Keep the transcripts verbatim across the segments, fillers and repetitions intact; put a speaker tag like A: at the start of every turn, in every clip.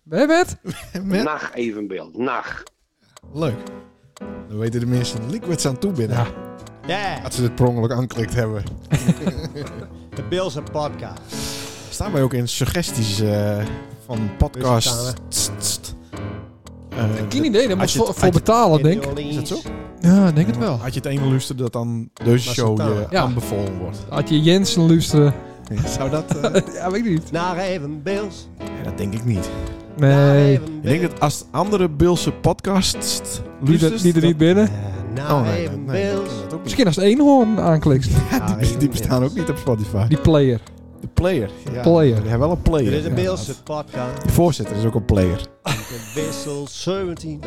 A: Bij wat?
B: Met?
C: Nacht evenbeeld. Nacht.
B: Leuk. Dan weten de mensen liquids aan toe binnen.
A: Ja.
D: Ja,
B: Als ze dit per ongeluk aangeklikt hebben.
D: de Beelse podcast.
B: Staan wij ook in suggesties uh, van podcasts. Uh,
A: Geen idee, daar moet
B: als
A: je
B: je
A: voor,
B: het-
A: voor
B: als je-
A: betalen, denk ik.
B: Is dat zo?
A: Ja, ik denk het wel.
B: Had je het ene luisteren dat dan deze show je
A: Ja.
B: aanbevolen wordt.
A: Had je Jensen luisteren?
B: Zou dat... Uh,
A: Ja, weet ik niet.
D: Naar even Beels.
B: nee, dat denk ik niet.
D: Naar
A: Nee,
D: even
B: Ik denk dat als andere Beelse podcasts
A: die er, die er niet binnen.
D: Naar
B: Oh nee,
D: even
B: dat, nee, ik
D: Beels.
B: ken dat ook niet.
A: Misschien als het eenhoorn aanklikt.
B: Ja, die, die bestaan ook niet op Spotify.
A: Die player.
B: De player. Ja,
A: Player.
B: Die hebben wel een player.
D: Dit is de
B: Ja,
D: Beelse podcast.
B: de voorzitter is ook een player.
D: De Wissel zeventien.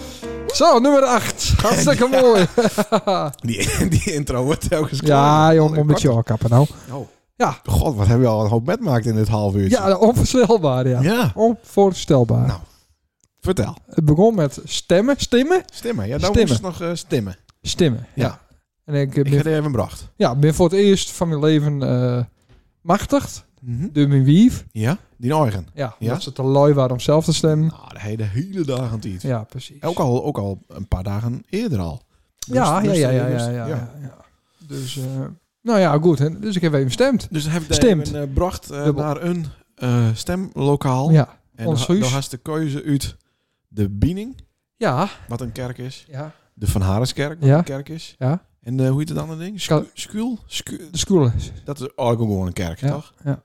A: Zo, nummer acht. Hartstikke mooi.
B: Die, die intro wordt telkens
A: Ja, joh,
B: kleiner.
A: een beetje kappen nou.
B: Oh.
A: Ja.
B: God, wat hebben we al een hoop metmaakt in dit half uurtje.
A: Ja, onvoorstelbaar, ja.
B: Ja.
A: Onvoorstelbaar.
B: Nou, vertel.
A: Het begon met stemmen. Stemmen?
B: Stemmen. Ja, dan
A: Stemmen.
B: moest het nog uh, stemmen.
A: Stemmen, ja.
B: Ja.
A: En ik,
B: Ik
A: ben,
B: ga er even bracht.
A: ja, ben voor het eerst van mijn leven uh, machtigd.
B: Mm-hmm.
A: Door mijn wief.
B: Ja, die eigen.
A: Ja,
B: Ja?
A: dat ze te lui waren om zelf te stemmen.
B: Nou, de hele, hele dag aan het eten.
A: Ja, precies.
B: Ook al, ook al een paar dagen eerder al.
A: Ja,
B: Dus-
A: ja,
B: dus-
A: ja, ja,
B: dus-
A: ja, ja, ja, ja. Dus, uh, nou ja, goed. hè. Dus ik heb even gestemd.
B: Dus dan heb ik
A: Stemt.
B: even uh, bracht uh,
A: Dubbel.
B: naar een uh, stemlokaal.
A: Ja,
B: en
A: ons
B: dan,
A: huis.
B: dan had de keuze uit de Biening,
A: ja,
B: wat een kerk is.
A: ja,
B: De Van Hareskerk, wat
A: Ja.
B: een kerk is.
A: ja.
B: En uh, hoe heet het andere ding?
A: Ka-
B: Sku- Skuul? Sku-
A: De school.
B: Dat is ook gewoon een kerk,
A: Ja,
B: toch?
A: ja.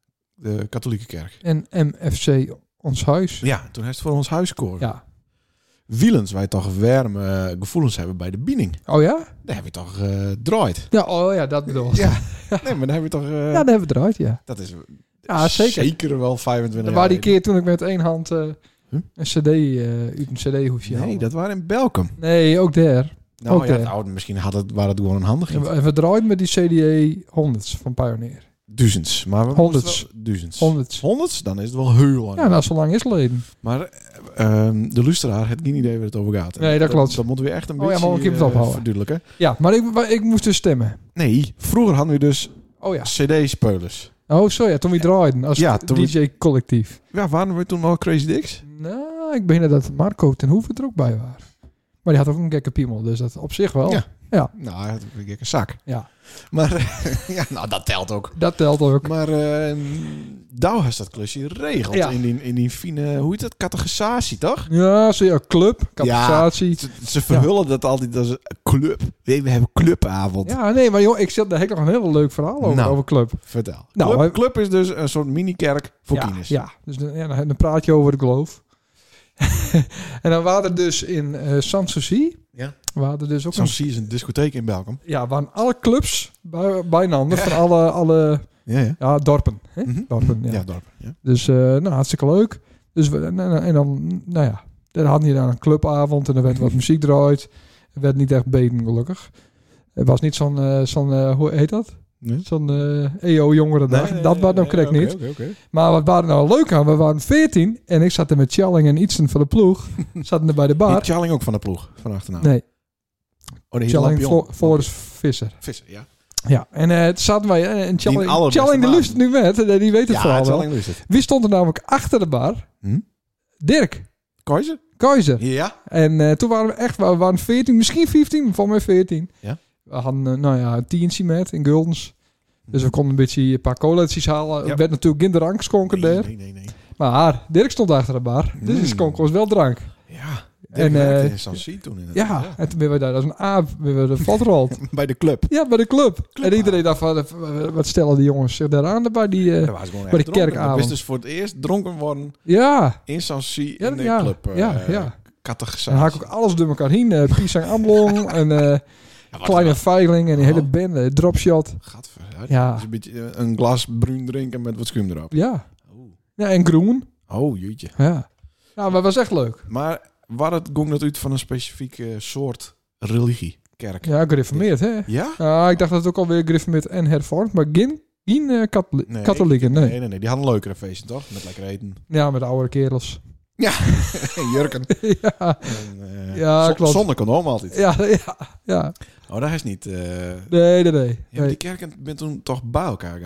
B: De katholieke kerk.
A: En M F C Ons Huis.
B: Ja, toen heeft het voor ons huis gekozen.
A: Ja.
B: Wielens, wij toch warme uh, gevoelens hebben bij de Biening.
A: Oh ja?
B: Daar heb je toch uh, draait.
A: Ja, oh ja, dat bedoel ik.
B: Ja. Nee, maar dan heb je toch... Uh,
A: Ja, dat hebben we eruit, ja.
B: dat is
A: Ja, zeker.
B: zeker wel vijfentwintig
A: Dat
B: jaar
A: waren die
B: geleden.
A: keer toen ik met één hand uh,
B: Huh?
A: een cd, uh, uit een cd-hoesje
B: Nee,
A: haalde.
B: dat waren in Belkum.
A: Nee, ook daar.
B: Nou
A: Ook
B: ja,
A: daar.
B: nou, misschien had het, waren het gewoon een handig
A: En
B: iets.
A: we, we draaiden met die C D E honderds van Pioneer.
B: Duizends. Maar we
A: Honderds.
B: moesten wel- Duizends.
A: Honderds.
B: Honderds? Dan is het wel heel lang.
A: Ja, nou, zo lang is het geleden.
B: Maar uh, um, de luisteraar heeft geen idee waar het over gaat.
A: Nee, dat klopt.
B: Dat moeten we echt een
A: Oh ja,
B: beetje
A: maar we kunnen het
B: uh,
A: ophouden.
B: verduidelijken.
A: Ja, maar ik, maar ik moest dus stemmen.
B: Nee, vroeger hadden we dus
A: Oh ja.
B: C D-spelers.
A: Oh, zo ja, toen we draaiden als
B: Ja, toen we-
A: D J-collectief.
B: Ja, waren we toen al Crazy Dicks?
A: Nou, ik ben dat Marco ten Hoeven er ook bij was. Maar die had ook een gekke piemel, dus dat op zich wel.
B: Ja.
A: Ja.
B: Nou, hij had een een zak.
A: Ja.
B: Maar, ja, nou, dat telt ook.
A: Dat telt ook.
B: Maar uh, Douw heeft dat klusje geregeld.
A: Ja.
B: In, die, in die fine, hoe heet dat? Categorisatie, toch?
A: Ja, zo ja, club, capacitatie.
B: Ze, ze verhullen dat altijd als een club. We, we hebben clubavond.
A: Ja. nee, maar joh, ik zit daar heb ik nog een heel leuk verhaal over,
B: Nou.
A: over club.
B: Vertel.
A: Nou,
B: club,
A: hij-
B: club is dus een soort mini-kerk voor
A: ja,
B: kines.
A: ja, dus dan, ja, dan dan praat je over de geloof. En dan waren er dus in uh, Sanssouci,
B: Ja.
A: waren er dus ook
B: Soms zie je een discotheek in Belgium.
A: een, ja, waren alle clubs bij, bijnander van alle, alle
B: Ja, ja.
A: ja, dorpen. Hè?
B: Mhm.
A: Dorpen, ja.
B: Ja, dorp. Ja.
A: Dus uh, nou, hartstikke leuk. Dus we, en, en dan, nou ja, dan hadden je dan een clubavond en er werd wat muziek eruit. Er werd niet echt beten, gelukkig. Het was niet zo'n, uh, zo'n uh, hoe heet dat?
B: Nee?
A: Zo'n uh, E O jongerendag.
B: Nee,
A: dat was nou correct
B: oké,
A: niet.
B: oké, oké.
A: Maar wat waren nou leuk aan? We waren veertien en ik zat er met Challing en Ietsen van de ploeg. Zaten er bij de bar.
B: Niet Charling ook van de ploeg, van achternaam.
A: Nee,
B: Oh, de
A: Challing
B: Lampion.
A: voor Forrest Visser.
B: Visser, ja.
A: Ja, en uh, toen zaten wij en
B: Die
A: Challing,
B: allerbeste
A: Challing die
B: maat.
A: lust nu met. en Die weet het
B: Ja,
A: vooral wel.
B: Charling lust het.
A: Wie stond er namelijk achter de bar?
B: Hm?
A: Dirk
B: Keizer?
A: Keizer.
B: Ja.
A: En uh, toen waren we echt, we waren veertien, misschien vijftien, voor mij veertien.
B: Ja.
A: We hadden, uh, nou ja, een tientje met in Guldens. Dus we konden een beetje een paar colaatjes halen.
B: Ja.
A: Er werd natuurlijk geen drank geschonken
B: Nee,
A: daar.
B: nee, nee, nee.
A: Maar Dirk stond achter de bar. Dus
B: Mm.
A: die schonk ons wel drank.
B: Ja.
A: En,
B: En,
A: eh,
B: in Sanssouci toen inderdaad.
A: Ja, en toen ben we daar als een aap ben we de vatrold.
B: Bij de club.
A: Ja, bij de club.
B: Club,
A: en iedereen dacht van, eh, wat stellen die jongens zich daar aan bij die... eh,
B: Dat was gewoon
A: bij
B: echt
A: de
B: dronken.
A: kerkavond.
B: Dat was dus voor het eerst dronken worden
A: ja,
B: in Sanssouci
A: ja,
B: in de
A: ja,
B: club. eh,
A: ja, ja.
B: Categorisatie.
A: En dan haak ik ook alles door elkaar heen. Uh, Pisang Amblong en uh,
B: Ja, wat
A: Kleine
B: wel-
A: Veiling en die
B: Oh.
A: hele band. Dropshot.
B: Gadver,
A: Ja.
B: Dus een beetje eh, een glas bruin drinken met wat schuim erop.
A: Ja.
B: Oh.
A: Ja, en groen.
B: Oh, jeetje.
A: Ja. Ja, maar het was echt leuk.
B: Maar waar het ging dat uit van een specifieke soort religie? Kerk.
A: Ja, gereformeerd, hè?
B: Ja?
A: Ja, ik dacht dat het ook alweer gereformeerd en hervormd, maar geen, geen uh, katholi-
B: Nee.
A: katholieken, nee.
B: Nee, nee, nee. Die hadden een leukere feesten, toch? Met lekker eten.
A: Ja, met oude kerels.
B: En jurken.
A: ja,
B: En, eh,
A: Ja,
B: zon-
A: klopt.
B: Zonder condoom altijd.
A: ja, ja, ja.
B: Oh, dat is niet... eh
A: Nee, nee, nee.
B: Ja, maar
A: nee.
B: die kerken bent toen toch bij elkaar gegaan?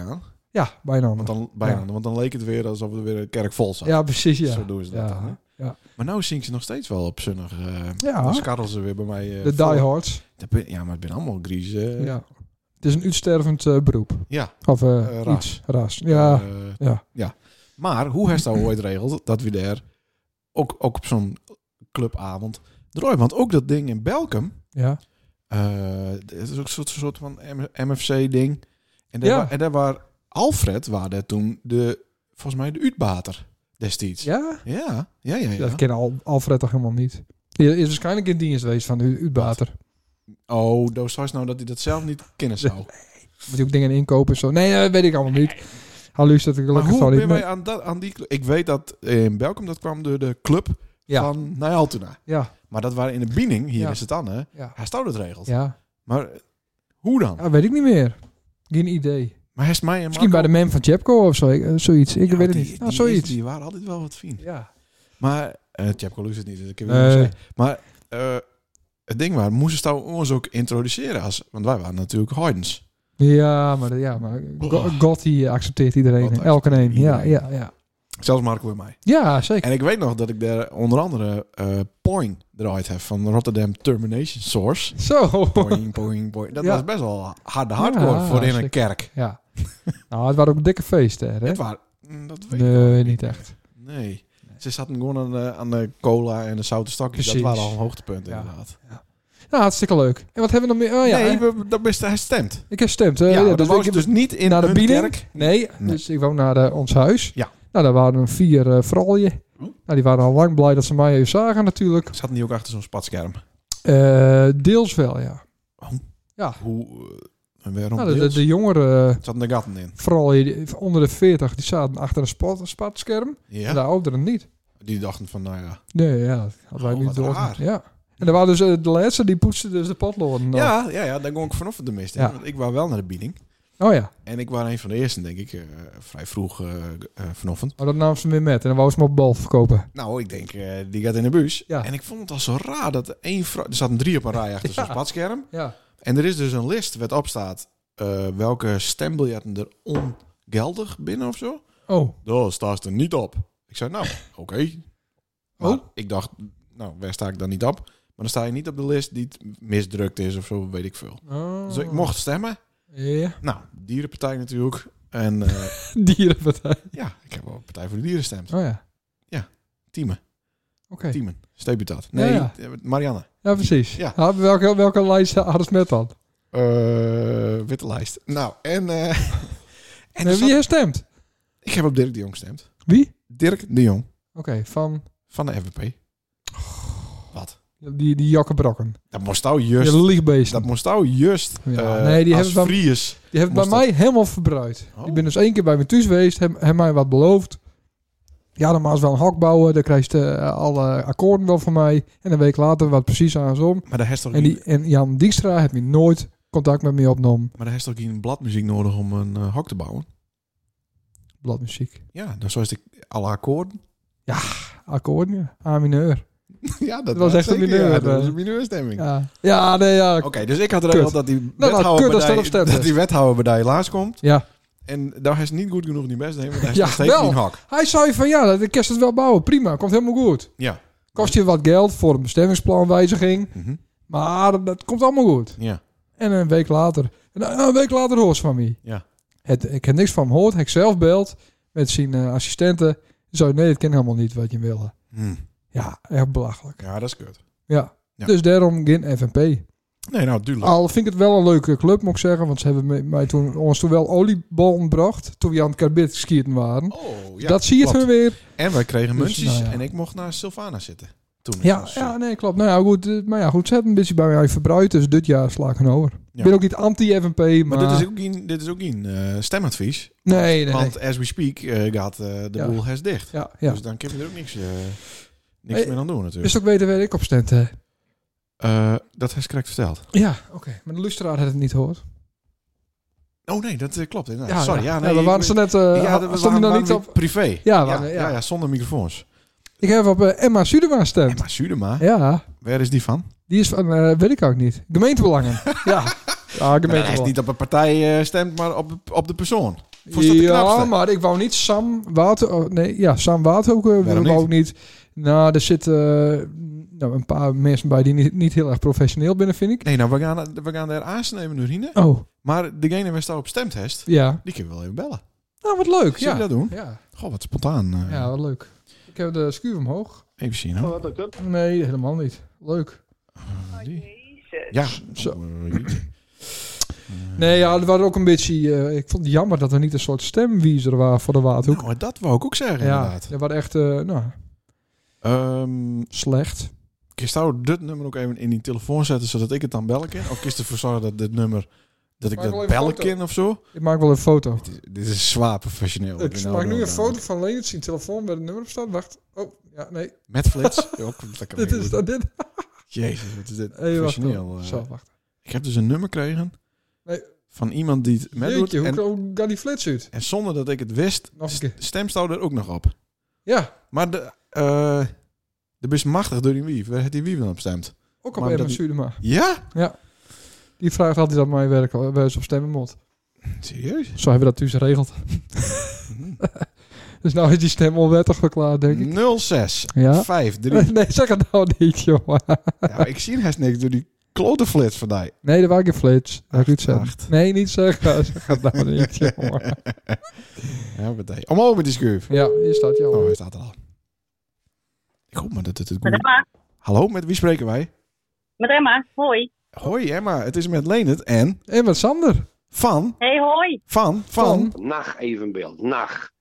A: Ja, bijna.
B: Want dan, bijna,
A: Ja.
B: want dan leek het weer alsof er weer een kerk vol zat.
A: Ja, precies, ja.
B: Zo doen ze dat
A: ja.
B: dan. Hè?
A: Ja.
B: Maar nou zingt ze nog steeds wel op zonnig. Uh,
A: Ja.
B: Dan scharrelen ze weer bij mij. Uh,
A: De diehards.
B: Ja, maar het ben allemaal gries. Uh,
A: Ja. Het is een uitstervend uh, beroep.
B: ja.
A: Of uh,
B: Uh, ras.
A: iets. Ras. Ja.
B: Uh,
A: ja.
B: ja. Maar hoe heeft dat ooit regeld dat we daar ook, ook op zo'n clubavond draaien? Want ook dat ding in Belkum,
A: Ja.
B: uh, het is ook een soort, soort van M F C-ding. En daar,
A: Ja.
B: wa- en daar waar Alfred, waar daar toen de, volgens mij de uitbater destijds.
A: Ja?
B: Ja, ja, ja. ja.
A: Dat ken Al Alfred toch helemaal niet. Die is waarschijnlijk in dienst geweest van de uitbater.
B: Oh, dat was nou dat hij dat zelf niet kennen zou.
A: Moet hij ook dingen inkopen en zo? Nee, dat weet ik allemaal niet. Hij luistert er
B: Maar
A: gelukkig
B: hoe
A: van niet.
B: ben wij aan, dat, aan die club? Ik weet dat in Belkum dat kwam door de club
A: Ja.
B: van Nijaltuna.
A: Ja.
B: Maar dat waren in de Biening, hier
A: Ja.
B: is het dan, hè?
A: Ja.
B: Hij stouwt het regelt.
A: Ja.
B: Maar eh, hoe dan?
A: Ja, weet ik niet meer. Geen idee.
B: Maar hij is mij en
A: Misschien bij
B: Marco-
A: de man van Chepco of zo, eh, zoiets. Ik
B: Ja,
A: weet het
B: die-
A: niet. Nou,
B: die,
A: zoiets.
B: is- die waren altijd wel wat fijn.
A: Ja.
B: Maar uh, Tjepko luistert niet, dus ik heb het
A: Nee.
B: niet zeggen. Maar uh, het ding was, moesten ze ons ook introduceren als, want wij waren natuurlijk Haydens.
A: Ja, maar, ja, maar Go- God die accepteert iedereen.
B: God
A: Elke een.
B: accepteert
A: Ja,
B: iedereen.
A: ja, ja.
B: Zelfs Marco en mij.
A: Ja, zeker.
B: En ik weet nog dat ik daar onder andere uh, Point eruit heb van Rotterdam Termination Source.
A: Zo.
B: Poing, poing, poing. Dat
A: Ja.
B: was best wel harde hardcore
A: Ja,
B: voor in een
A: zeker.
B: kerk.
A: Ja. Nou, het waren ook dikke feesten, hè?
B: Het waren, mm, dat weet ik
A: Nee,
B: wel.
A: niet echt.
B: Nee. Ze zaten gewoon aan de, aan de cola en de zoute stokjes.
A: Precies.
B: Dat waren al een hoogtepunt
A: Ja.
B: inderdaad.
A: Nou, hartstikke leuk. En wat hebben we nog meer? Oh ja,
B: nee,
A: hè?
B: we, dat best hij stemt.
A: ik heb gestemd. hè?
B: ja,
A: ja,
B: dat
A: dus
B: was
A: ik heb
B: dus niet in
A: naar de
B: een
A: bieding.
B: kerk.
A: Nee,
B: Nee.
A: dus ik woon naar de, ons huis.
B: Ja.
A: Nou, daar waren er vier uh, vrouwen.
B: Oh.
A: Nou, die waren al lang blij dat ze mij even zagen natuurlijk.
B: Zaten die ook achter zo'n spatscherm?
A: Uh, deels wel, ja.
B: Oh.
A: Ja.
B: Hoe, uh, en waarom
A: Nou, de, de,
B: deels?
A: de jongeren,
B: Zaten de gaten in?
A: vooral die- onder de veertig, die zaten achter een spot, spatscherm.
B: Ja.
A: En de ouderen niet.
B: Die dachten van, nou ja.
A: Nee, ja, dat hadden wij
B: Oh,
A: niet
B: wat
A: door.
B: raar.
A: Ja. En er waren dus uh, de laatste, die poetsten dus de potloden. nog.
B: Ja, ja, ja, daar kon ik vanochtend de mist in.
A: Ja.
B: Want ik was wel naar de bieding.
A: Oh ja.
B: En ik was een van de eersten, denk ik, uh, vrij vroeg uh, uh, vanochtend.
A: Maar dat nam ze weer met. En dan wou ze me op bal verkopen.
B: Nou, ik denk, uh, die gaat in de bus.
A: Ja.
B: En ik vond het al zo raar dat één vrouw... Er zaten drie op een rij achter zo'n
A: Ja.
B: spatscherm.
A: Ja.
B: En er is dus een list wat opstaat uh, welke stembiljetten er ongeldig binnen of zo.
A: Oh.
B: Daar staat er niet op. Ik zei, nou, oké. Okay. Maar
A: Oh.
B: ik dacht, nou, waar sta ik dan niet op? Maar dan sta je niet op de list die het misdrukt is of zo, weet ik veel.
A: Oh.
B: Dus ik mocht stemmen.
A: Ja.
B: Nou, dierenpartij natuurlijk. En uh,
A: Dierenpartij.
B: ja, ik heb wel Partij voor de Dieren gestemd.
A: Oh ja.
B: Teamen.
A: Oké.
B: Teamen. Stebutat. Nee,
A: Ja,
B: eh, Marianne.
A: Ja, precies.
B: Ja.
A: Ah, welke, welke lijst hadden ze met dan?
B: Uh, witte lijst. Nou, en... Uh, en
A: En
B: er
A: wie
B: zat-
A: heeft stemt?
B: ik heb op Dirk de Jong gestemd.
A: Wie?
B: Dirk de Jong.
A: Oké, van
B: Van de F V P. Wat?
A: die, die Jokke Brokken.
B: Dat moest nou juist...
A: Je liegbeest.
B: Dat moest nou juist...
A: Ja,
B: eh,
A: nee, die
B: als
A: hebben van-
B: Fries...
A: Die heeft bij
B: moest
A: mij helemaal verbruid.
B: Oh.
A: Ik ben dus één keer bij me thuis geweest. Heb, heb mij wat beloofd. Ja, dan maar wel een hok bouwen. Dan krijg je eh, alle akkoorden wel van mij. En een week later wat precies andersom.
B: Maar daar heeft toch
A: En, die, en Jan Dijkstra heeft me nooit contact met me opgenomen.
B: Maar daar heeft toch geen bladmuziek nodig om een uh, hok te bouwen?
A: Bladmuziek.
B: Ja, dan zoals ik alle akkoorden.
A: Akkoorden, ja. A mineur.
B: ja, dat,
A: was echt een
B: zeker,
A: mineur,
B: Ja, dat was
A: eh.
B: een mineurstemming.
A: Ja, ja nee, ja.
B: Oké, dus ik had er
A: Kut.
B: regeld dat die
A: nou,
B: wethouder,
A: kut, dat staat
B: bij,
A: op stemtest.
B: dat die wethouder bij de helaas komt.
A: Ja.
B: En daar is niet goed genoeg die best nemen, want hij is
A: Ja,
B: nog steeds
A: wel.
B: geen hok.
A: Hij zei van ja, dat kerst het wel bouwen. Prima, komt helemaal goed.
B: Ja.
A: Kost je wat geld voor een bestemmingsplanwijziging.
B: Mhm.
A: Maar dat, dat komt allemaal goed.
B: Ja.
A: En een week later. En een week later hoort ze van mij.
B: Ja.
A: Het, ik heb niks van hem gehoord. Hij zelf belt met zijn uh, assistenten. Zo, nee, dat ken helemaal niet wat je wilde.
B: Hm.
A: Ja, echt belachelijk.
B: Ja, dat is kut.
A: Ja.
B: Ja.
A: Dus daarom geen F N P.
B: Nee, nou, duidelijk.
A: Al vind ik het wel een leuke club, moet ik zeggen. Want ze hebben me- mij toen, ons toen wel oliebollen gebracht. Toen we aan het karbid skieten waren.
B: Oh, ja,
A: dat zie je
B: klopt.
A: het weer.
B: En wij kregen
A: Dus,
B: muntjes
A: nou ja.
B: en ik mocht naar Sylvana zitten. Toen.
A: Ja,
B: Dus,
A: ja, nee, klopt. Nou ja, goed. eh, Maar ja, goed. Ze hebben een beetje bij mij verbruikt. Dus dit jaar sla ik hen over.
B: Ja.
A: Ik ben ook niet anti-F N P, maar...
B: Maar dit is ook geen, dit is ook geen uh, stemadvies.
A: Nee, nee, nee.
B: Want as we speak uh, gaat uh, de
A: Ja.
B: boel has dicht.
A: Ja, ja.
B: Dus dan kun je er ook niks, uh, niks
A: Hey,
B: meer aan doen natuurlijk.
A: Wist ook weten waar ik op stemde? hè?
B: Uh, dat heeft correct verteld.
A: Ja, oké. Maar de luisteraar had het niet gehoord.
B: Oh nee, dat uh, klopt inderdaad. Sorry, ja, nee.
A: we waren
B: ik-
A: ze net... uh,
B: ja, dat
A: stond hij nog niet op...
B: privé.
A: Ja,
B: Ja,
A: we-
B: ja,
A: ja.
B: ja, zonder microfoons.
A: Ik heb op uh, Emma Sudema gestemd.
B: Emma Sudema,
A: Ja,
B: waar is die van?
A: die is van... uh, weet ik ook niet. Gemeentebelangen. ja. Ja,
B: Maar hij is
A: gemeentebelangen.
B: niet op een partij uh, stemt, maar op, op de persoon. Vond je dat de
A: ja,
B: knapste?
A: maar ik wou niet Sam Water... oh, nee, ja, Sam Waterhoeken
B: Waarom
A: wou
B: niet?
A: ik niet. Nou, er zitten eh, nou, een paar mensen bij die niet, niet heel erg professioneel binnen, vind ik.
B: Nee, nou, we gaan, we gaan daar aansnemen nu, Rine.
A: Oh,
B: Maar degene waar op stemt heeft,
A: ja.
B: die kunnen we wel even bellen.
A: Nou, wat leuk.
B: Zullen
A: Ja.
B: we dat doen?
A: Ja.
B: Goh, wat spontaan. eh.
A: ja, wat leuk. Ik heb de schuur omhoog.
B: Even zien,
C: Oh,
B: hoor.
C: wat lukt het?
A: Nee, helemaal niet. Leuk.
B: Die. Ja.
A: Zo.
B: Oh, jeetje.
A: Nee, ja, het was ook een beetje... eh, ik vond het jammer dat er niet een soort stemwiezer waren voor de Waterhoek.
B: Nou, dat wou ik ook zeggen,
A: ja,
B: inderdaad.
A: dat was echt eh, nou,
B: Ehm
A: slecht.
B: Kist jou dit nummer ook even in die telefoon zetten, zodat ik het dan bellen kan? Of kist ervoor zorgen dat dit nummer, dat ik
A: Maak wel
B: dat
A: even
B: bellen
A: foto.
B: kan of zo?
A: Ik maak wel een foto.
B: Dit is, dit is zwaar professioneel. wat
A: Ik
B: we nou
A: maak nu
B: doen,
A: een foto
B: namelijk.
A: van Leendert zien telefoon waar het nummer op staat. Wacht. Oh, ja, nee.
B: Met flits. Ja, ook lekker
A: Dit is
B: meedoen.
A: dat dit.
B: Jezus, wat is dit
A: Hey, wacht.
B: professioneel. eh.
A: Zo, wacht.
B: Ik heb dus een nummer gekregen
A: Nee.
B: van iemand die het met doet.
A: Jeetje, hoe,
B: En,
A: hoe gaat die flits uit?
B: en zonder dat ik het wist,
A: Nog een keer.
B: stemst jou er ook nog op.
A: Ja,
B: Maar de, eh de best machtig door die wief. Waar heeft die wief dan op stemt?
A: ook op
B: Maar
A: Emma
B: dat-
A: Sudema.
B: Ja?
A: Die vraagt altijd aan mijn werk waar ze op stemmen moet.
B: Serieus?
A: Zo hebben we dat thuis geregeld. Dus nou is die stem onwettig verklaard, denk ik.
B: nul zes
A: Ja.
B: vijf drie.
A: Nee, zeg het nou niet, jongen.
B: Ja, ik zie haast niks door die klote flits van die.
A: Nee, dat was geen flits. Dat ik het zeggen.
B: acht.
A: Nee, niet zeggen. Zeg het nou niet, jongen.
B: Ja, wat hij. Omhoog met die schuif.
A: Ja, hier staat
B: Oh,
A: jou.
B: hij staat er al. Ik hoop maar dat het het
E: Met
B: goed...
E: Emma.
B: Hallo, met wie spreken wij?
E: Met Emma. Hoi.
B: Hoi Emma, het is met Leendert en
A: En met Sander.
B: van,
E: Hey, hoi.
B: van, van.
A: Van.
C: Nacht evenbeeld. Nacht.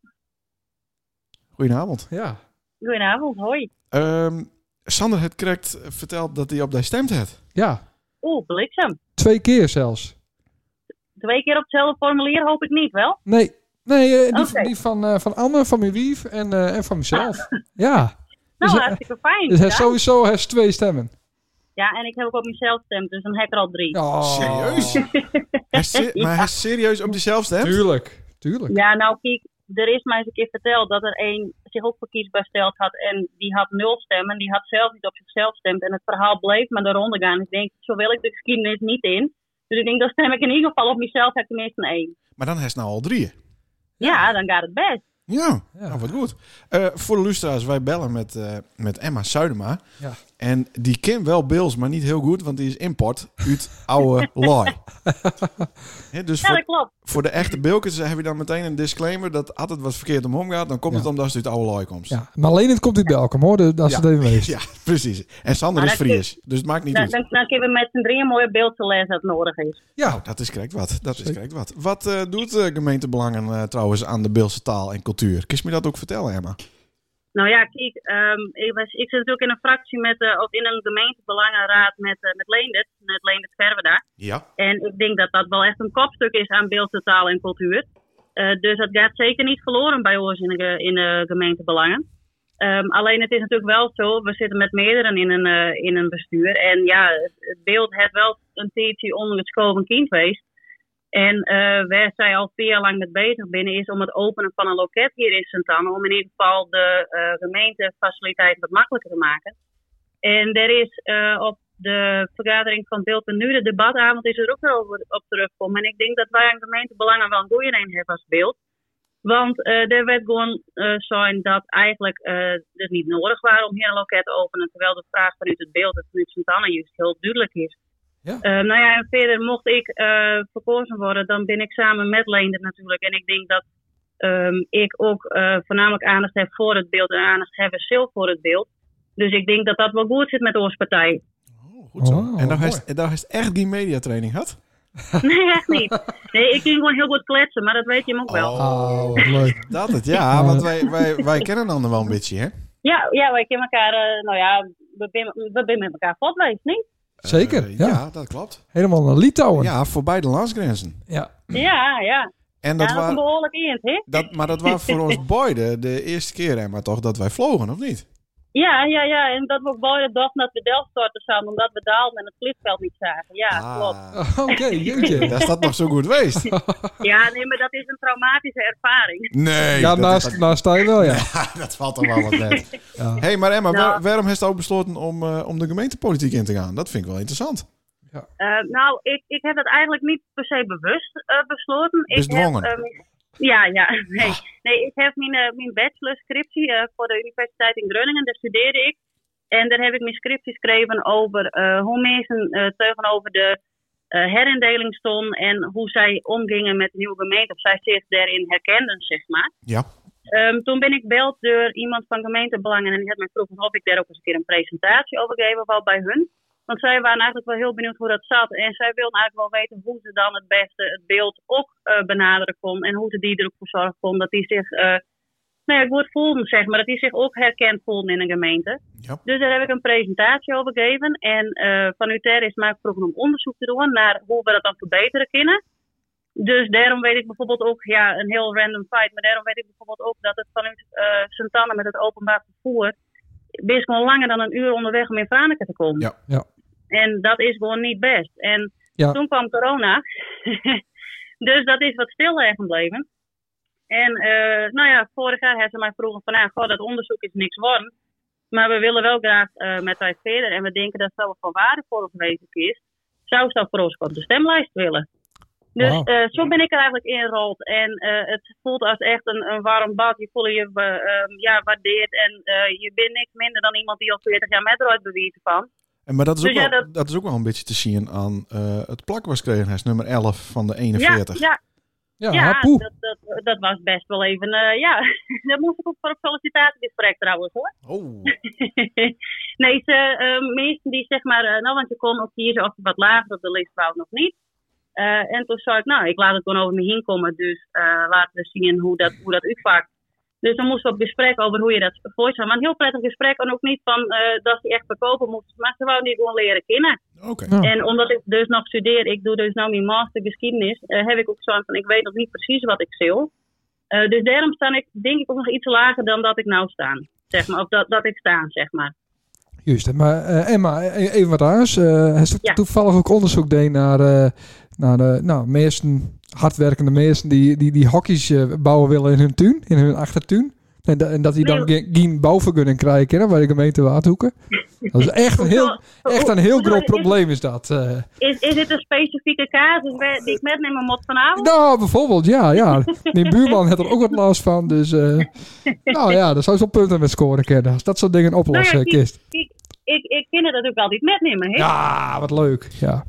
B: Goedenavond.
A: Ja.
E: Goedenavond. Hoi.
B: Ehm, Sander heeft correct verteld dat hij op die stemt heeft.
A: Ja.
E: Oeh, bliksem.
A: Twee keer zelfs.
E: Twee keer op hetzelfde formulier hoop ik niet, wel?
A: Nee. Nee, eh, die,
E: Oké.
A: die van, eh, van Anne, van mijn wief en, eh, en van mezelf. Ja.
E: Nou,
A: Dus, eh,
E: hartstikke fijn.
A: Dus hij
E: ja?
A: sowieso heeft twee stemmen.
E: Ja, en ik heb ook op mezelf gestemd, dus dan heb ik er al drie.
A: Oh.
B: Serieus? Hij is se- Maar hij is serieus op diezelfde stemt?
A: Tuurlijk. Tuurlijk.
E: Ja, nou kijk, er is mij eens een keer verteld dat er een zich ook verkiesbaar steld had en die had nul stemmen. Die had zelf niet op zichzelf gestemd en het verhaal bleef maar de ronde gaan. Ik denk, zo wil ik de geschiedenis niet in. Dus ik denk, dan stem ik in ieder geval op mezelf, heb ik tenminste een één.
B: Maar dan heeft hij nou al drieën.
E: Ja, dan gaat het best.
B: Ja,
A: Ja.
B: nou wat goed. Eh, voor de luisteraars, wij bellen met, eh, met Emma Suidema.
A: Ja.
B: En die kent wel Bills, maar niet heel goed, want die is import uit oude Looi. Hè, dus
E: Ja,
B: voor,
E: dat klopt.
B: voor de echte Bilkers heb je dan meteen een disclaimer dat altijd wat verkeerd om omgaat, dan komt
A: Ja.
B: het omdat ze uit oude Looi komt.
A: Ja. Maar alleen het komt uit Belkom hoor. de- Dat is
B: Ja.
A: het even wees.
B: Ja, precies. En Sander
E: Maar
B: is
E: dat
B: Fries, dus het maakt niet
E: Dan,
B: uit.
E: dan, dan kunnen we met z'n drieën mooie beeld te lezen dat nodig is.
A: Ja.
B: Nou, dat is correct wat. Dat is
A: Zeker.
B: correct wat. Wat eh, doet de gemeentebelangen eh, trouwens aan de Beelse taal en cultuur? Kun je me dat ook vertellen, Emma?
E: Nou ja, kijk, ehm, ik, was, ik zit natuurlijk in een fractie met, eh, of in een gemeentebelangenraad met, uh, met Leendert, met Leendert Verweda.
B: Ja.
E: En ik denk dat dat wel echt een kopstuk is aan Beeldse taal en cultuur. Eh, dus dat gaat zeker niet verloren bij ons in de, in de gemeentebelangen. Ehm, alleen het is natuurlijk wel zo, we zitten met meerdere in een, uh, in een bestuur. En ja, het, het beeld heeft wel een tijdje ongeschoven kind geweest. En uh, waar zij al vier jaar lang met bezig binnen is om het openen van een loket hier in Sint-Anne. Om in ieder geval de uh, gemeentefaciliteiten wat makkelijker te maken. En er is uh, op de vergadering van Beeld en Nu, de debatavond, is er ook weer over op teruggekomen. En ik denk dat wij aan gemeentebelangen wel een goede een hebben als Beeld. Want uh, er werd gewoon uh, zijn dat eigenlijk uh, het niet nodig was om hier een loket te openen. Terwijl de vraag vanuit het Beeld en vanuit Sint-Anne juist heel duidelijk is.
A: Ja.
E: Uh, nou ja, en verder mocht ik uh, verkozen worden, dan ben ik samen met Leendert natuurlijk. En ik denk dat um, ik ook uh, voornamelijk aandacht heb voor het beeld en aandacht hebben zelf voor het beeld. Dus ik denk dat dat wel goed zit met onze partij.
B: Oh, goed zo.
A: Oh,
B: en daar
A: mooi.
B: heeft daar heeft echt die mediatraining gehad?
E: Nee, echt niet. Nee, ik kan gewoon heel goed kletsen, maar dat weet je hem ook wel.
A: Oh, wat leuk.
B: Dat het, ja. Want wij, wij, wij kennen dan wel een beetje, hè?
E: Ja, ja, wij kennen elkaar, uh, nou ja, we zijn we zijn met elkaar God geweest, niet?
A: Zeker,
B: Eh,
A: ja.
B: ja, dat klopt.
A: Helemaal naar Litouwen.
B: Ja, voorbij de landsgrenzen.
A: Ja.
E: Ja, ja.
B: En
E: Dat
B: dat
E: ja, dat is een
B: was,
E: behoorlijk eind, hè?
B: dat, maar dat was voor ons beiden de eerste keer, hè, maar toch, dat wij vlogen, of niet?
E: Ja, ja, ja. En dat we ook beide dachten dat we Delft starten samen, omdat we daalden en het vliegveld niet zagen. Ja, klopt.
B: Ah,
A: Oké, jeetje.
B: dat is dat nog zo goed geweest.
E: Ja, nee, maar dat is een traumatische ervaring.
B: Nee.
A: Ja,
B: dat,
A: naast,
B: dat,
A: naast hij wel, ja.
B: dat valt toch wel wat net.
A: Ja.
B: Hé, hey, maar Emma,
E: Nou.
B: waar- waarom heeft je ook besloten om, uh, om de gemeentepolitiek in te gaan? Dat vind ik wel interessant.
E: Uh, nou, ik, ik heb dat eigenlijk niet per se bewust uh, besloten. Ik
B: Bedwongen.
E: heb, um, Ja, ja. Nee, nee ik heb mijn, uh, mijn bachelorscriptie uh, voor de Universiteit in Groningen. Daar studeerde ik. En daar heb ik mijn scriptie geschreven over uh, hoe mensen uh, tegenover de uh, herindeling stonden. En hoe zij omgingen met de nieuwe gemeente. Of zij zich daarin herkenden, zeg maar.
B: Ja.
E: Um, toen ben ik gebeld door iemand van gemeentebelangen. En die had mij gevraagd of ik daar ook eens een keer een presentatie over geven wou bij hun. Want zij waren eigenlijk wel heel benieuwd hoe dat zat. En zij wilden eigenlijk wel weten hoe ze dan het beste het beeld ook uh, benaderen kon. En hoe ze die er ook voor zorgen kon dat die zich uh, nou ja, goed voelden, zeg maar. Dat die zich ook herkend voelden in een gemeente.
B: Ja.
E: Dus daar heb ik een presentatie over gegeven. En uh, vanuit daar is mij gevraagd om onderzoek te doen naar hoe we dat dan verbeteren kunnen. Dus daarom weet ik bijvoorbeeld ook, ja, een heel random feit. Maar daarom weet ik bijvoorbeeld ook dat het vanuit uh, Sint-Anne met het openbaar vervoer ben gewoon langer dan een uur onderweg om in Franeker te komen.
B: Ja.
A: Ja.
E: En dat is gewoon niet best. En
A: Ja.
E: toen kwam corona. Dus dat is wat stiller gebleven. En uh, nou ja, vorig jaar hebben ze mij vroegen van, nou, goh, dat onderzoek is niks worden. Maar we willen wel graag uh, met wij verder. En we denken dat het van waarde voor ons wezen is. Zou ze voor ons op de stemlijst willen. Dus
A: Wow.
E: uh, zo ben ik er eigenlijk ingerold. En uh, het voelt als echt een, een warm bad. Je voelt je uh, um, ja, waardeerd. En uh, je bent niks minder dan iemand die al veertig jaar met eruit bewezen van.
B: En, maar dat is,
E: Dus
B: ook
E: ja,
B: wel,
E: dat-
B: dat is ook wel een beetje te zien aan uh, het plak was gekregen. Hij is nummer elf van de eenenveertig.
E: Ja, ja,
A: Ja,
E: ja
A: poeh.
E: dat, dat, dat was best wel even... Uh, ja, daar moest ik ook voor een sollicitatiegesprek trouwens hoor.
B: Oh,
E: Nee, ze, uh, meesten die zeg maar... Uh, nou, want je kon ook kiezen of je wat lager op de lijst wou nog niet. Uh, en toen zei ik, nou, ik laat het gewoon over me heen komen. Dus uh, laten we zien hoe dat, hoe dat uitpakt. Dus dan moesten we op gesprek over hoe je dat voorstelt. Maar een heel prettig gesprek. En ook niet van uh, dat ze echt verkopen moesten. Maar ze wouden die gewoon leren kennen.
B: oké.
A: Ja.
E: En omdat ik dus nog studeer, ik doe dus nou mijn master geschiedenis. Uh, heb ik ook zo'n van, ik weet nog niet precies wat ik wil. Uh, dus daarom sta ik, denk ik, ook nog iets lager dan dat ik nou sta. Zeg maar. Of dat, dat ik sta, zeg maar.
A: Juist. Maar uh, Emma, e- even wat anders. Uh, hij
E: Ja.
A: toevallig ook onderzoek deed naar, uh, naar de nou, meesten, hardwerkende meesten die, die, die hokjes uh, bouwen willen in hun tuin, in hun achtertuin. En, da- en dat die dan
E: Nee.
A: ge- geen bouwvergunning krijgen kennen bij de gemeente Waardhoeken. Dat is echt een heel, echt een heel groot probleem is dat. Uh,
E: Is, is dit een specifieke casus waar- die ik metnemen moet vanavond?
A: nou, bijvoorbeeld, ja, ja. Die buurman had er ook wat last van. Dus, uh, nou ja, daar zou ze wel punten met scoren kennen. Als dat soort dingen oplossen,
E: Nou ja,
A: kist.
E: Ik, ik, ik ken het natuurlijk altijd metnemen, hè?
A: Ja, wat leuk. Ja.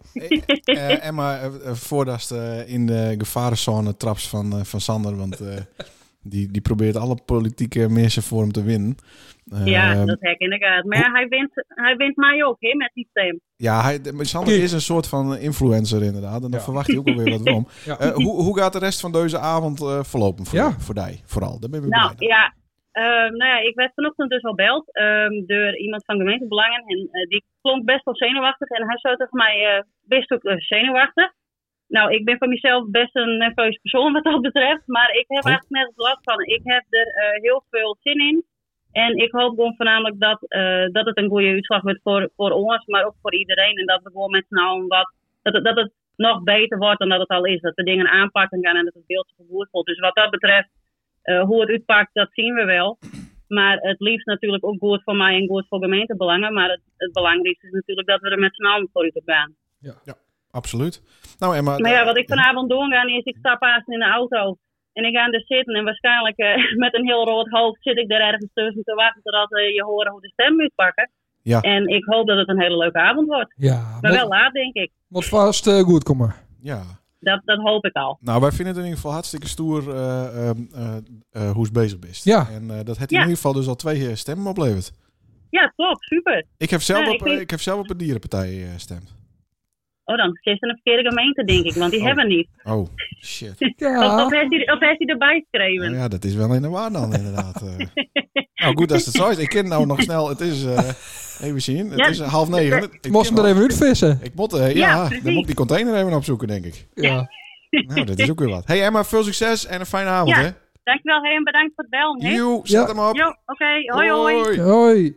B: Uh, Emma, uh, uh, voordat ze uh, in de gevarenzone traps van, uh, van Sander, want uh, die, die probeert alle politieke mensen voor hem te winnen. Uh,
E: Ja, dat herken ik uit. Maar ja, hij wint, hij wint mij ook, hè, met die stem.
B: Ja, hij, de- Sander is een soort van influencer inderdaad. En dan
A: Ja.
B: verwacht je ook wel weer wat van.
A: Ja.
B: Uh, hoe, hoe gaat de rest van deze avond uh, verlopen voor,
A: Ja.
B: voor die? Vooral, daar ben ik
E: Nou,
B: benieuwd naar.
E: ja. ehm, nou ja, ik werd vanochtend dus al beld ehm, door iemand van gemeentebelangen. En eh, die klonk best wel zenuwachtig. En hij zei tegen mij, eh best ook uh, zenuwachtig. Nou, ik ben van mezelf best een nerveus persoon wat dat betreft. Maar ik heb
B: Oh.
E: eigenlijk nergens last van. Ik heb er uh, heel veel zin in. En ik hoop gewoon voornamelijk dat, uh, dat het een goede uitslag wordt voor, voor ons, maar ook voor iedereen. En dat we gewoon met z'n allen wat, dat het, dat het nog beter wordt dan dat het al is. Dat we dingen aanpakken gaan en dat het beeld zich goed voelt. Dus wat dat betreft, uh, hoe het uitpakt, dat zien we wel. Maar het liefst natuurlijk ook goed voor mij en goed voor gemeentebelangen. Maar het, het belangrijkste is natuurlijk dat we er met z'n allen voor uit op gaan.
B: Absoluut. Nou, Emma.
E: Maar ja, wat ik
B: ja.
E: vanavond doen ga, is ik stap haast in de auto. En ik ga er zitten en waarschijnlijk uh, met een heel rood hoofd zit ik er ergens tussen te wachten totdat uh, je horen hoe de stem uitpakken.
B: Ja.
E: En ik hoop dat het een hele leuke avond wordt.
A: Ja,
E: Maar
A: moet,
E: wel laat, denk ik.
A: moet vast uh, goed komen.
B: Ja.
E: Dat, dat hoop ik al.
B: Nou, wij vinden het in ieder geval hartstikke stoer uh, uh, uh, uh, hoe het bezig is.
A: Ja.
B: En uh, dat heeft
E: Ja.
B: in ieder geval dus al twee uh, stemmen opleverd.
E: Ja, top, super.
B: Ik heb zelf,
E: Ja,
B: op,
E: ik vind-
B: uh, ik heb zelf op een dierenpartij uh, gestemd.
E: Oh, dan zit ze in de verkeerde gemeente, denk ik. Want die
B: Oh.
E: hebben niet.
B: Oh, shit.
E: Of,
A: Ja,
E: of, heeft hij, of heeft hij erbij geschreven?
B: Nou ja, dat is wel in de waar dan, inderdaad. uh. Nou, goed als het zo is. Ik ken nou nog snel. Het is, uh, even zien, het
E: Ja.
B: is half negen. Ik
A: moest hem
B: ken
A: er
B: al-
A: even uitvissen.
B: Ik moet, uh, ja,
E: Ja,
B: dan
E: precies.
B: moet ik die container even opzoeken, denk ik.
A: Ja.
B: Nou, dat is ook weer wat. Hey Emma, veel succes en een fijne avond,
E: Ja.
B: hè?
E: Dankjewel, hè, en bedankt voor het bellen. Hè?
B: Joe, zet
A: Ja.
B: hem op.
E: Jo, oké. Hoi, hoi.
A: Hoi.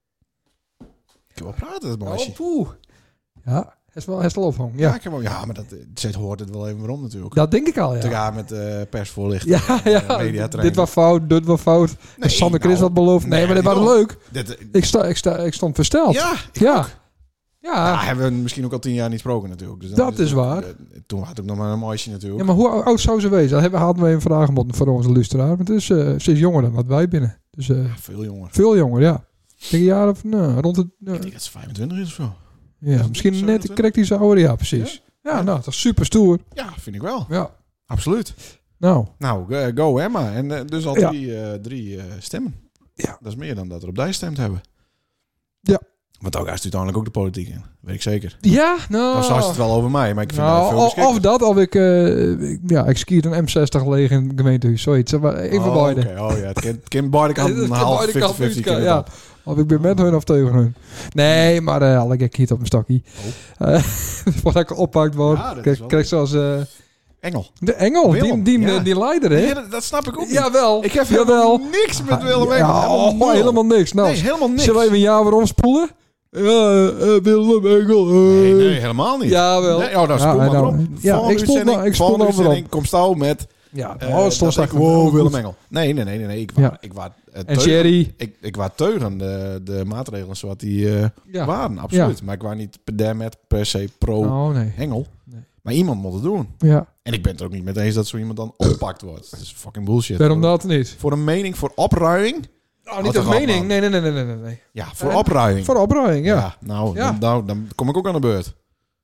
B: Ik kan wel praten, dat meisje.
A: Oh, poeh. Ja, hij is wel, hij is wel opvang.
B: Ja,
A: Ja,
B: ik heb wel, ja, maar dat, ze hoort het wel even waarom natuurlijk.
A: dat denk ik al,
B: Te
A: ja.
B: gaan met uh, persvoorlichting.
A: Ja,
B: en, uh,
A: ja.
B: mediatraining.
A: Dit was fout, dit was fout.
B: Nee,
A: Sander Chris
B: nou,
A: wat beloofd. Nee,
B: nee,
A: maar dit was
B: joh.
A: leuk.
B: Dit,
A: Ik, sta, ik, sta, ik stond versteld.
B: ja, ik
A: Ja.
B: ook.
A: Ja,
B: Ja, hebben we misschien ook al tien jaar niet gesproken natuurlijk. Dus dan
A: Dat
B: het
A: is
B: ook,
A: waar.
B: eh, toen had ik nog maar een meisje natuurlijk.
A: ja, maar hoe oud zou ze wezen? Dat hebben- hadden we een vraag moeten voor onze luisteraar. Want het is, eh, ze is jonger dan wat wij binnen. Dus eh,
B: Veel jonger.
A: veel jonger, ja. Ik denk een jaar of nou, rond het... nou,
B: Ik denk dat ze vijfentwintig is of zo.
A: ja, misschien net
B: zevenentwintig?
A: correct iets ouder. Ja, precies. Ja,
B: Ja.
A: nou, dat is super stoer.
B: Ja, vind ik wel.
A: Ja.
B: Absoluut.
A: Nou,
B: Nou, go, go Emma. En eh, dus al
A: Ja.
B: drie, eh, drie eh, stemmen.
A: Ja.
B: Dat is meer dan dat er op die gestemd hebben.
A: Ja.
B: Want ook hij is uiteindelijk ook de politiek in. Weet ik zeker.
A: ja, nou...
B: Nou, zou het wel over mij, maar ik vind
A: Nou,
B: dat veel
A: of,
B: geschikt.
A: of dat, of ik... eh, ik- ja, ik skier een M zestig leeg in het gemeentehuis. Zoiets. Maar even
B: oh,
A: beide.
B: oké. Oh ja, het kan, het kan beide kanten
A: Het
B: een
A: kan
B: half
A: beide kanten
B: vijftig vijftig.
A: uitgaan, ja. Of ik ben met hun of tegen hun. Nee, maar uh, alle gek niet op mijn stokkie.
B: Oh.
A: Uh, Voordat ik oppakt word,
B: Ja, dat is
A: krijg
B: wel-
A: krijg zoals uh,
B: Engel.
A: de Engel, die,
B: Willem,
A: die,
B: ja.
A: die leider, hè?
B: Nee, dat, dat snap ik ook niet.
A: Jawel.
B: Ik heb
A: jawel.
B: helemaal niks met Willem Engel.
A: Ja, oh,
B: nul.
A: helemaal niks. Nou,
B: Nee, helemaal niks.
A: zullen we even een jaar weer omspoelen? Ja, uh, Willem Engel. uh.
B: Nee, nee, helemaal niet.
A: Jawel.
B: Nee, oh, nou,
A: Ja,
B: spoel maar
A: nou,
B: erop.
A: ja,
B: Volgende
A: ik spoel
B: uitzending-
A: nou- ik spoel
B: volgende
A: nou weer op.
B: uitzending Kom stouw met...
A: Ja,
B: eh,
A: oh, het stond
B: dat ik,
A: straks
B: wow,
A: goed.
B: Willem Engel. Nee, nee, nee, nee. nee. Ik was
A: Ja.
B: ik wa, uh,
A: En
B: teugen.
A: Sherry.
B: Ik, ik was teugen de, de maatregelen zoals die uh,
A: Ja.
B: waren, absoluut. Maar ik was niet per der met per se pro
A: Oh, nee.
B: Engel.
A: Nee.
B: Maar iemand moet het doen.
A: Ja,
B: En ik ben het er ook niet mee eens dat zo iemand dan oppakt wordt. Dat is fucking bullshit.
A: waarom
B: voor,
A: dat niet?
B: voor een mening, voor opruiming.
A: Oh,
B: Wat
A: niet
B: een
A: als
B: grap,
A: mening.
B: man.
A: Nee, nee, nee, nee, nee, nee, nee.
B: Ja, voor
A: Eh,
B: opruiming.
A: Voor opruiming, ja.
B: nou,
A: Ja.
B: Dan, nou, dan kom ik ook aan de beurt.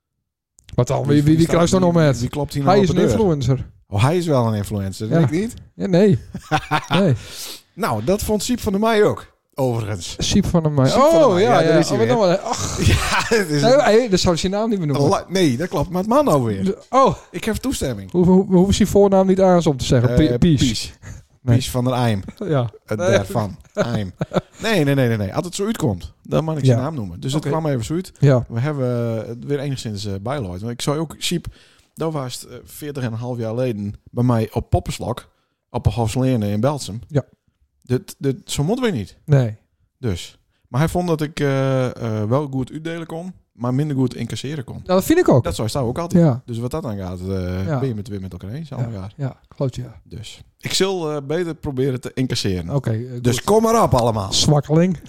A: Wat dan? Wie, wie, wie
B: staat-
A: kruist er nog
B: wie-
A: met?
B: Wie klopt hier nou
A: Hij
B: op
A: is
B: de
A: een
B: deur?
A: influencer.
B: Oh, hij is wel een influencer.
A: Ja.
B: Ik niet?
A: Ja, nee. nee.
B: Nou, dat vond Siep van der Meij ook. Overigens.
A: Siep van de Meij.
B: Siep van der
A: Oh,
B: Meij.
A: ja,
B: Ja,
A: ja.
B: daar is hij
A: Oh, wat
B: weer.
A: nou wel, ach,
B: Ja, het is
A: nee,
B: een-
A: hey, dat zou je naam niet meer noemen.
B: La- Nee, dat klopt. Maar het man alweer.
A: Oh,
B: Ik heb toestemming.
A: hoe, hoe, hoe hoeven ze je voornaam niet aan om te zeggen?
B: Eh,
A: P- Pies.
B: Pies.
A: Nee.
B: Pies van der Eim.
A: Ja.
B: Het
A: Nee.
B: daarvan. Eim. Nee, nee, nee, nee, nee. Als het zo uitkomt, dan mag ik zijn
A: Ja.
B: naam noemen. Dus
A: Oké.
B: het kwam even zo uit.
A: Ja.
B: We hebben het weer enigszins uh, bijlooid. Want ik zou ook, Siep, dat was het uh, veertig en een half jaar geleden bij mij op Poppenslok, op een Hofsleerne in Belsum.
A: Ja.
B: Dit, dit, zo moeten we niet.
A: Nee.
B: Dus. Maar hij vond dat ik uh, uh, wel goed uitdelen kon, maar minder goed incasseren kon.
A: Nou, dat vind ik ook.
B: Dat zou je ook altijd.
A: Ja.
B: Dus wat dat aan gaat, uh,
A: Ja.
B: ben je het weer met elkaar eens. Allemaal
A: Ja.
B: jaar.
A: Ja, klopt, ja.
B: Dus. Ik zal uh, beter proberen te incasseren.
A: Oké. eh, goed.
B: Dus kom maar op allemaal.
A: Zwakkeling.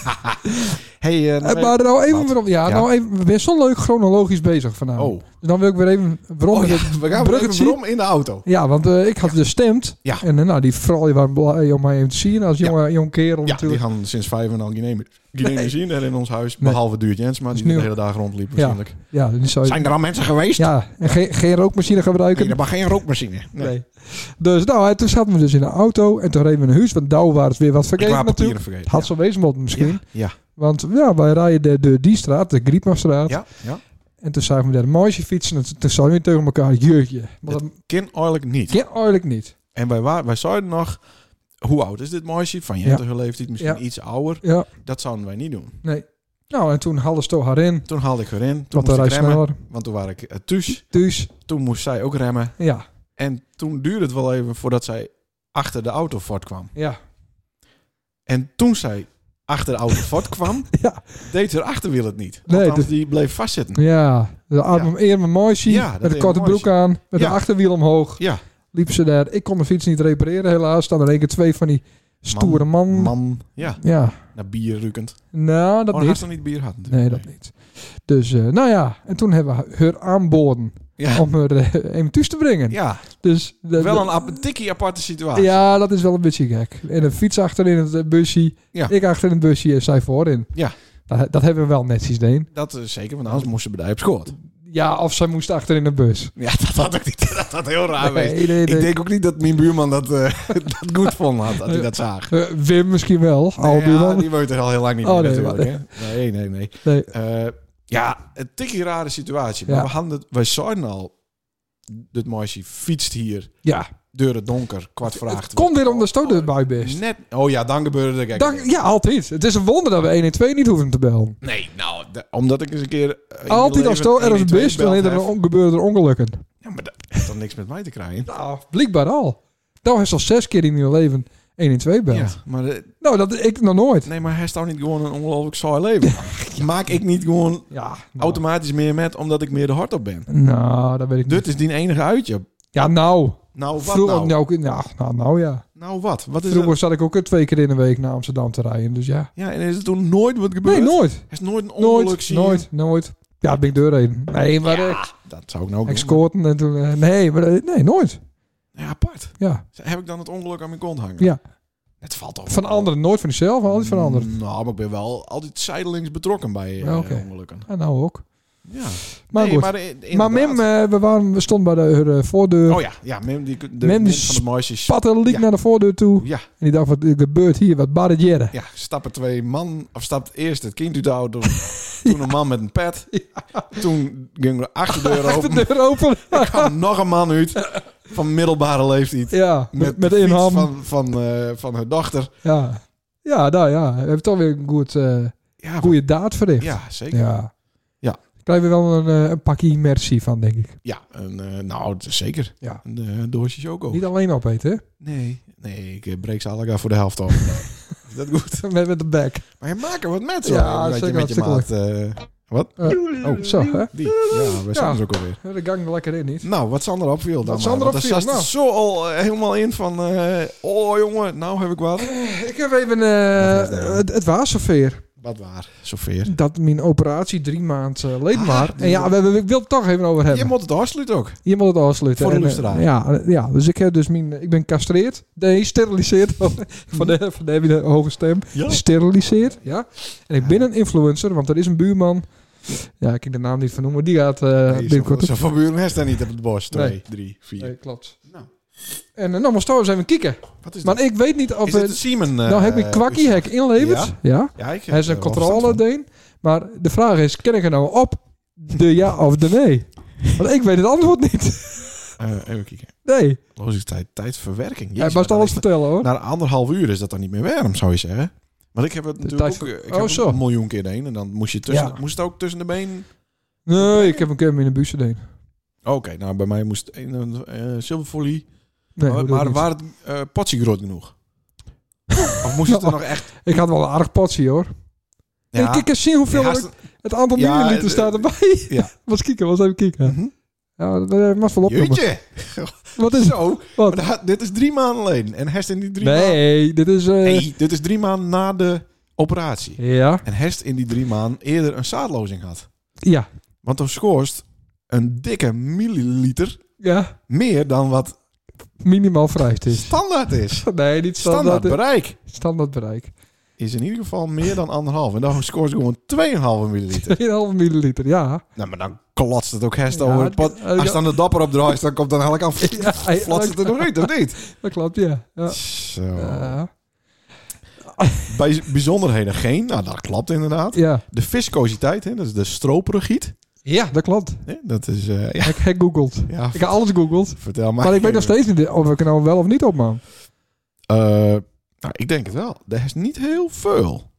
B: Hey, uh,
A: Eh, maar nou even,
B: Wat?
A: waarom- ja,
B: Ja.
A: nou even, we zijn zo leuk chronologisch bezig vanavond.
B: Oh,
A: Dus dan wil ik weer even waarom
B: oh
A: ik
B: ja,
A: het
B: we gaan weer even
A: bruggetje-
B: brom in de auto.
A: Ja, want eh, ik had dus stemd.
B: Ja.
A: En eh, nou, die vrouw die waren blij om mij even te zien als jonge, jong kerel
B: Ja, die
A: natuurlijk.
B: gaan sinds vijf en al geen geen zien in ons huis.
A: Nee.
B: Behalve Duurt Jens, maar
A: Dus
B: die
A: nu-
B: de hele dag rondliep
A: Ja.
B: waarschijnlijk.
A: Ja, die zou je-
B: Zijn er al mensen geweest?
A: ja, en geen, geen rookmachine gebruiken.
B: Nee, er mag geen rookmachine. Nee.
A: Nee. Dus nou, en toen zaten we dus in de auto en toen reden we naar huis. Want Douw waren het weer wat
B: Ik
A: vergeten
B: wou papieren
A: natuurlijk.
B: vergeten.
A: Had zo wezen moeten misschien.
B: Ja, ja,
A: Want ja, wij rijden de, de, die straat, de Griepmastraat.
B: ja, ja.
A: En toen zagen we daar een meisje fietsen. En toen zeiden we tegen elkaar, jeetje. Maar dat
B: Ken eigenlijk niet.
A: kan eigenlijk niet.
B: En wij, wa- wij zeiden nog, hoe oud is dit meisje? Van je
A: Ja.
B: leeftijd, misschien
A: Ja.
B: iets ouder.
A: Ja,
B: Dat zouden wij niet doen.
A: nee. Nou, en toen haalde ze toch haar in.
B: Toen haalde ik haar in. Toen
A: Want dan
B: moest ik
A: rijdt
B: remmen.
A: sneller.
B: Want toen was ik uh, thuis.
A: Dus,
B: Toen moest zij ook remmen.
A: ja,
B: En toen duurde het wel even voordat zij achter de auto voortkwam.
A: ja,
B: En toen zij achter de auto voortkwam,
A: ja.
B: deed haar achterwiel het niet.
A: Nee,
B: Althans,
A: de-
B: die bleef vastzitten.
A: Ja, de adem eer mijn meisje.
B: Ja, dat
A: met een
B: eer
A: korte
B: mijn
A: broek
B: meisje.
A: aan. Met
B: Ja.
A: de achterwiel omhoog.
B: Ja,
A: Liepen ze daar. Ik kon de fiets niet repareren helaas. Staan er één keer twee van die stoere man.
B: man. Ja,
A: Ja,
B: naar bier rukend.
A: nou dat
B: oh, dan had
A: niet.
B: ze nog niet bier gehad
A: Nee,
B: natuurlijk.
A: dat niet. Dus, eh, nou ja. En toen hebben we haar aanboden
B: Ja,
A: om haar eh, even thuis te brengen.
B: ja.
A: Dus, de-
B: wel
A: de-
B: een ap- tikkie aparte situatie.
A: Ja, dat is wel een beetje gek. En een fiets achter in het eh, busje.
B: Ja.
A: Ik achter in het busje en zij voorin.
B: Ja.
A: Dat, dat hebben we wel netjes deen.
B: Dat is zeker, want anders moesten bij op schoot.
A: Ja, of zij moest achter in de bus.
B: Ja, dat had ook niet. Dat had heel raar
A: Nee,
B: geweest.
A: nee, nee.
B: Ik denk ook niet dat mijn buurman dat, eh, dat goed vond had, dat hij dat zag.
A: Eh, Wim misschien wel. Oude
B: ja,
A: buurman.
B: die woont er al heel lang niet
A: Oh,
B: meer
A: nee,
B: natuurlijk. hè? Nee, nee, nee.
A: Nee.
B: Eh, ja, een tikkie rare situatie. Maar
A: Ja.
B: we hadden het, wij zeiden al, dit meisje fietst hier
A: Ja.
B: door het donker, kwart vraagt.
A: Het komt weer om de stoot erbij best.
B: Net, oh ja, dan gebeurde er gek.
A: Dank, ja, altijd. Het is een wonder dat we een en twee niet hoeven te bellen.
B: Nee, nou, de- omdat ik eens een keer... eh, in
A: Altijd
B: mijn
A: als
B: leven
A: het ergens
B: honderdtwee
A: best, dan
B: gebeld
A: er
B: heb.
A: on- gebeuren er ongelukken.
B: Ja, maar dat heeft dan niks met mij te krijgen.
A: Nou, blijkbaar al. Nou, hij is al zes keer in je leven een en twee belt.
B: Ja, maar eh,
A: Nou, dat ik nog nooit.
B: nee, maar hij is toch niet gewoon een ongelooflijk saai leven. Maak ik niet gewoon
A: Ja. Nou,
B: automatisch meer met omdat ik meer de hard op ben.
A: nou dat weet ik niet.
B: Dit is die enige uitje.
A: Ja, nou.
B: Nou, wat
A: Vroeger,
B: nou?
A: nou, nou, nou, nou ja.
B: Nou, wat? Wat is
A: Vroeger
B: er?
A: zat ik ook twee keer in de week naar Amsterdam te rijden. Dus ja.
B: Ja, en is er toen nooit wat gebeurd?
A: Nee, nooit.
B: Is nooit een ongeluk
A: Nooit,
B: zien?
A: nooit, nooit. Ja, ben ik doorheen. Nee, maar
B: Ja,
A: ik,
B: dat zou ik nou ook
A: ik
B: doen.
A: scoorde en toen... eh, nee, maar eh, nee, nooit.
B: Ja, apart.
A: Ja.
B: Heb ik dan het ongeluk aan mijn kont hangen?
A: Ja.
B: Het valt toch
A: Van
B: wel.
A: anderen, nooit van jezelf, altijd van anderen.
B: Nou, maar ik ben wel altijd zijdelings betrokken bij eh,
A: Ja, oké.
B: ongelukken.
A: Ja, nou ook.
B: Ja.
A: Maar
B: nee,
A: goed.
B: Maar, de,
A: Maar Mim,
B: inderdaad.
A: eh, we, waren, we stonden bij de uh, voordeur.
B: Oh ja, ja, Mim, die, de,
A: Mim die
B: Mim van de mooisjes.
A: Spatte liep
B: Ja.
A: naar de voordeur toe.
B: Ja,
A: En die dacht, wat gebeurt hier? Wat barrière.
B: ja, stappen twee man, of stapt eerst het kind uit de auto, toen een man met een pet, toen ging de achterdeur open,
A: De deur open.
B: er kwam nog een man uit van middelbare leeftijd,
A: Ja, met, met
B: de
A: één
B: fiets
A: hand.
B: van, van, eh, van haar dochter.
A: Ja. Ja, nou ja. Hij heeft toch weer een goed, eh
B: Ja,
A: goede daad verricht.
B: ja zeker.
A: Ja.
B: Ja.
A: Daar krijgen we wel een, eh, een pakje merci van, denk ik.
B: Ja, en, eh, nou, het is zeker.
A: Ja.
B: En de doosjes ook ook.
A: Niet alleen opeten, hè?
B: Nee, nee, ik eh, breek ze allemaal voor de helft af. Is dat goed?
A: Met, met de bek.
B: Maar je maakt er wat met zo.
A: Ja,
B: met je,
A: zeker,
B: met je maat.
A: hartstikke
B: eh, wat?
A: Eh, oh, zo, hè?
B: Die. Ja, wij staan
A: Ja.
B: er ook alweer.
A: Ja, de gang er lekker in, niet?
B: Nou, wat Sander opviel dan
A: Wat
B: maar.
A: Sander
B: Want daar
A: opviel,
B: zat
A: nou.
B: zo al eh, helemaal in van... eh, oh jongen, nou heb ik wat.
A: Ik heb even... eh,
B: Wat is dat?
A: het, het was zover.
B: Wat waar, Sofeer.
A: Dat mijn operatie drie maanden uh, leed
B: Ah,
A: maar.
B: die-
A: En ja, we, we, ik wil het toch even over
B: Je
A: hebben.
B: moet het afsluiten ook.
A: Je moet het afsluiten.
B: Voor de
A: En, eh,
B: luisteraar.
A: ja, eh, ja, dus ik heb dus mijn... Ik ben castreerd. Nee, steriliseerd. van de, van de, heb je de hoge stem.
B: Ja.
A: Steriliseerd, ja. En ik ben een influencer, want er is een buurman. Ja, ik kan de naam niet van noemen. Die gaat uh,
B: Nee,
A: binnenkort...
B: zo van buren heeft hij niet op het bos. Twee,
A: Nee.
B: drie, vier.
A: Nee, klopt.
B: Nou,
A: En uh, nou, maar staan eens even kijken.
B: wat is
A: Maar
B: dat?
A: ik weet niet of...
B: Is dit
A: eh,
B: de Siemen?
A: nou heb ik
B: eh,
A: kwakkie
B: is-
A: hek inleverd. Ja.
B: Ja, ik heb
A: Hij is een
B: er wel verstand
A: controle
B: van.
A: deen. Maar de vraag is, ken ik er nou op de ja of de nee? Want ik weet het antwoord niet.
B: Eh, even kijken.
A: Nee.
B: Loze tijd, tijdverwerking.
A: Hij
B: Jezus,
A: mag
B: maar
A: alles
B: dan
A: vertellen, hoor.
B: is- Na anderhalf uur is dat dan niet meer warm, zou je zeggen. Want ik heb het natuurlijk
A: tijd
B: ook,
A: ver-
B: eh, ik
A: Oh,
B: heb
A: zo.
B: een miljoen keer heen. En dan moest je tussen,
A: Ja.
B: moest het ook tussen de benen.
A: Nee, ik heb een keer in de bus gedaan.
B: Oké, nou bij mij moest een, een eh, zilverfolie.
A: Nee,
B: maar
A: hoe doe ik
B: maar
A: niet?
B: waar het uh, potje groot genoeg? Of moest het er nog echt...
A: Ik had wel een aardig potje, hoor.
B: Ja,
A: Ik kijk eens zien hoeveel
B: ja,
A: er-
B: haast-
A: het aantal
B: Ja,
A: milliliter
B: eh,
A: staat erbij.
B: ja.
A: Was kijken, was even kijken.
B: Mhm.
A: Ja, dat uh, mag wel opnoemen.
B: Jeetje.
A: Wat is het?
B: Zo.
A: Wat?
B: Maar dat- dit is drie maanden alleen. En Hest in die drie maanden...
A: Nee, dit is... eh
B: Nee, dit is drie maanden na de operatie.
A: Ja.
B: En Hest in die drie maanden eerder een zaadlozing had.
A: Ja.
B: Want dan schoorst een dikke milliliter
A: Ja.
B: meer dan wat
A: Minimaal vereist is.
B: standaard is.
A: Nee, niet
B: Standaard
A: standaard,
B: bereik
A: standaard bereik.
B: is in ieder geval meer dan anderhalf. En dan scoort ze gewoon twee komma vijf milliliter.
A: twee komma vijf milliliter, ja.
B: Nou, maar dan klotst het ook Hest
A: Ja,
B: over het pot.
A: dat-
B: Als je dan de dapper op draait, dan komt dan eigenlijk aan.
A: Ja, hij-
B: Flotst het er nog uit, of niet?
A: Dat klopt, ja. ja.
B: Zo.
A: Ja.
B: Bij bijzonderheden geen. Nou, dat klopt inderdaad.
A: Ja.
B: De viscositeit, hè, dat is de stroperigiet.
A: Ja, dat klopt.
B: Hè, dat is, eh, ja,
A: Ik heb gegoogeld.
B: ja,
A: Ik heb alles gegoogeld.
B: vertel maar.
A: Maar ik weet nog steeds niet of ik er nou wel of niet op, man.
B: Eh, nou, ik denk het wel. Er is niet heel veel.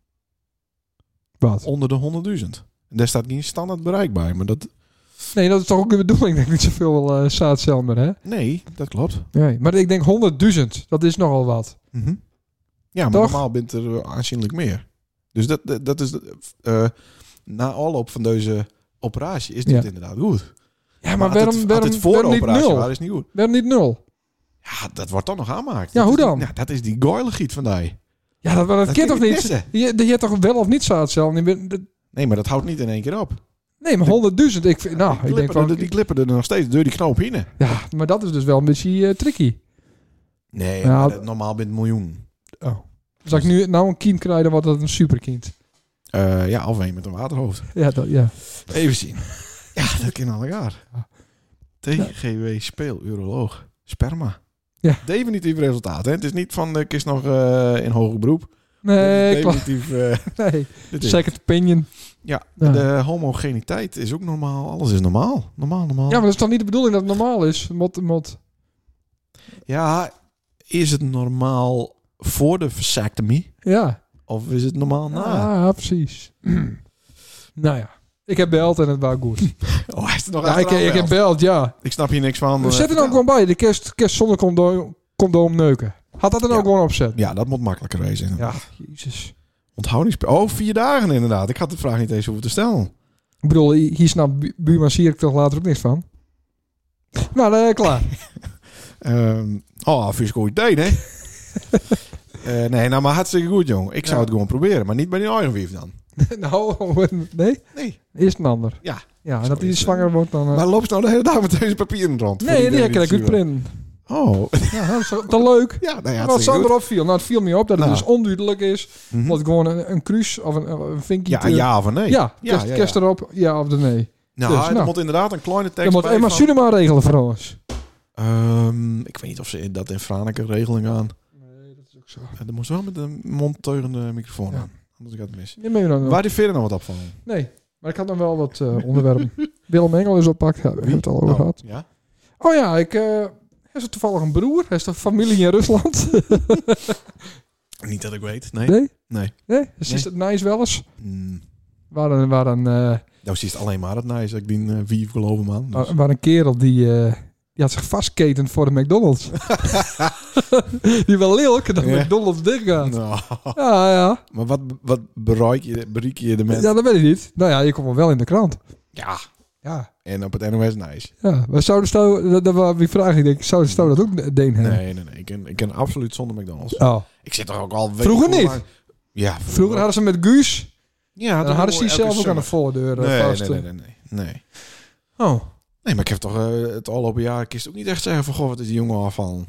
A: Wat?
B: Onder de honderdduizend. En daar staat geen standaard bereik bij. Maar dat...
A: Nee, dat is toch ook de bedoeling dat ik niet zoveel uh, zaadcel meer heb.
B: Nee, dat klopt.
A: Nee, maar ik denk honderdduizend. Dat is nogal wat.
B: Mhm. Ja, maar
A: Toch?
B: normaal bent er eh, aanzienlijk meer. Dus dat, dat, dat is... eh na afloop van deze operatie is dit
A: Ja.
B: inderdaad goed.
A: Ja, maar,
B: als
A: waarom,
B: het,
A: waarom,
B: als het voor
A: waarom
B: de
A: niet
B: operatie
A: nul?
B: was, is het niet goed.
A: Waarom niet nul?
B: Ja, dat wordt dan nog aanmaakt.
A: Ja,
B: Dat
A: hoe
B: is die-
A: dan?
B: ja, dat is die goilegiet van die.
A: Ja, dat, dat,
B: Dat
A: kan
B: kun
A: toch
B: je
A: niet?
B: missen.
A: Je, je hebt toch wel of niet zaadcel? Je bent- dat-
B: Nee, maar dat houdt niet in één keer op.
A: Nee, maar honderdduizend. Ik, vind- nou,
B: die,
A: ik denk
B: klippen,
A: van...
B: er- die klippen er nog steeds door die knoop heen.
A: Ja, maar dat is dus wel een beetje eh, tricky.
B: Nee,
A: Ja,
B: maar
A: d-
B: dat- normaal bent een miljoen.
A: Oh. Dus als ik nu nou een kind krijg, dan wordt dat een superkind.
B: Eh, ja, of een met een waterhoofd.
A: Ja, dat, ja.
B: Even zien. Ja, dat kan al jaar. T G W speel uroloog. Sperma.
A: Ja.
B: Definitief resultaat. Hè? Het is niet van de kist nog eh, in hoger beroep.
A: Nee,
B: Dit
A: klopt.
B: is definitief. eh,
A: Nee.
B: dit is-
A: Second opinion.
B: Ja,
A: Ja.
B: de homogeniteit is ook normaal. Alles is normaal. Normaal, normaal.
A: Ja, maar dat is toch niet de bedoeling dat het normaal is? Mot, mot.
B: Ja, is het normaal voor de vasectomie?
A: Ja.
B: Of is het normaal na?
A: Ah, ja, precies. Nou ja. Ik heb beld en het was goed.
B: Oh, hij is er nog
A: Ja, ik,
B: achteraan
A: ik heb
B: belt.
A: beld, ja.
B: Ik snap hier niks van.
A: We
B: eh,
A: zetten er ook
B: vertel.
A: gewoon bij. De kerst, kerst zonder condoom, condoom neuken. Had dat er nou
B: Ja.
A: gewoon opzet?
B: Ja, dat moet makkelijker wezen.
A: Ja, jezus.
B: Onthoudingsspel. Oh, vier dagen inderdaad. Ik had de vraag niet eens hoeven te stellen.
A: Ik bedoel, hier snapt bu- buurman zie ik toch later ook niks van. Nou, eh, klaar.
B: Um, oh, vies goed idee, hè? uh, nee, nou maar hartstikke goed, jong. Ik zou
A: Ja.
B: het gewoon proberen, maar niet bij die Ironwief dan.
A: nou, nee?
B: Nee.
A: Eerst een ander.
B: Ja.
A: Ja, en
B: Zo
A: dat hij
B: is het.
A: zwanger wordt dan... Uh...
B: Maar loop je nou de hele dag met deze papieren rond? Voor
A: nee, die
B: iedereen
A: kan ik
B: het zien
A: uitprinten.
B: wil. Oh.
A: Ja, dat is toch toch leuk?
B: Ja, nee,
A: Wat
B: hartstikke
A: Sander
B: goed.
A: opviel. Nou, het viel me op dat het
B: Nou.
A: dus onduidelijk is.
B: Mhm.
A: Omdat gewoon een, een kruis of een, een vinkje...
B: Ja,
A: te-
B: ja of een nee?
A: Ja,
B: ja,
A: kerst,
B: ja,
A: kerst
B: ja.
A: erop, ja of de nee.
B: Nou,
A: Dus,
B: er
A: nou.
B: moet inderdaad een kleine
A: Je
B: tekst
A: moet
B: bij
A: Emma
B: van-
A: Sunema regelen voor ons.
B: Ehm, ik weet niet of ze dat in Franeker regeling aan.
A: Nee, dat is ook zo.
B: Uh, er moest wel met een mondteugende microfoon
A: Ja.
B: aan. Anders gaat het mis.
A: Je meen je dan wel?
B: Waar die verder nog wat opvallen?
A: Nee, maar ik had nog wel wat uh, onderwerpen. Willem Engel is oppakt, ja, we hebben het al over
B: Oh,
A: gehad.
B: ja?
A: Oh ja, ik... Uh, is er toevallig een broer? Is er familie in Rusland?
B: Niet dat ik weet, nee.
A: Nee?
B: Nee.
A: Nee? Is
B: Nee.
A: het nice wel eens?
B: Mm.
A: Waar een, waar een, uh,
B: Nou, zie je het alleen maar het nice. Ik die uh, wie geloven, man. Dus.
A: waar, waar een kerel die... Uh, die had zich vastketend voor de McDonald's. die wel lelijk dat
B: Ja.
A: McDonald's dicht gaat.
B: Nou.
A: Ja, ja.
B: Maar wat, wat bereik je, bereik je de mensen?
A: Ja, dat weet ik niet. Nou ja, je komt wel wel in de krant.
B: Ja.
A: Ja.
B: En op het N O S nice.
A: Ja, we zouden stou, dat, dat was wie vraag ik denk, zouden stou dat ook deen hebben?
B: Nee, nee, nee. Ik ken, ik ken absoluut zonder McDonald's.
A: Oh.
B: Ik zit toch ook al... weet
A: Vroeger
B: ik hoe
A: niet?
B: lang- Ja, vroeger,
A: Vroeger hadden ze met Guus,
B: Ja,
A: dan hadden ze die
B: elke
A: zelf ook aan de
B: zomer.
A: voordeur uh,
B: Nee,
A: vast.
B: nee, nee, nee, nee. Nee.
A: Oh.
B: Nee, maar ik heb toch uh, het afgelopen jaar... Ik ook niet echt zeggen van... Goh, wat is die jongen afvallen?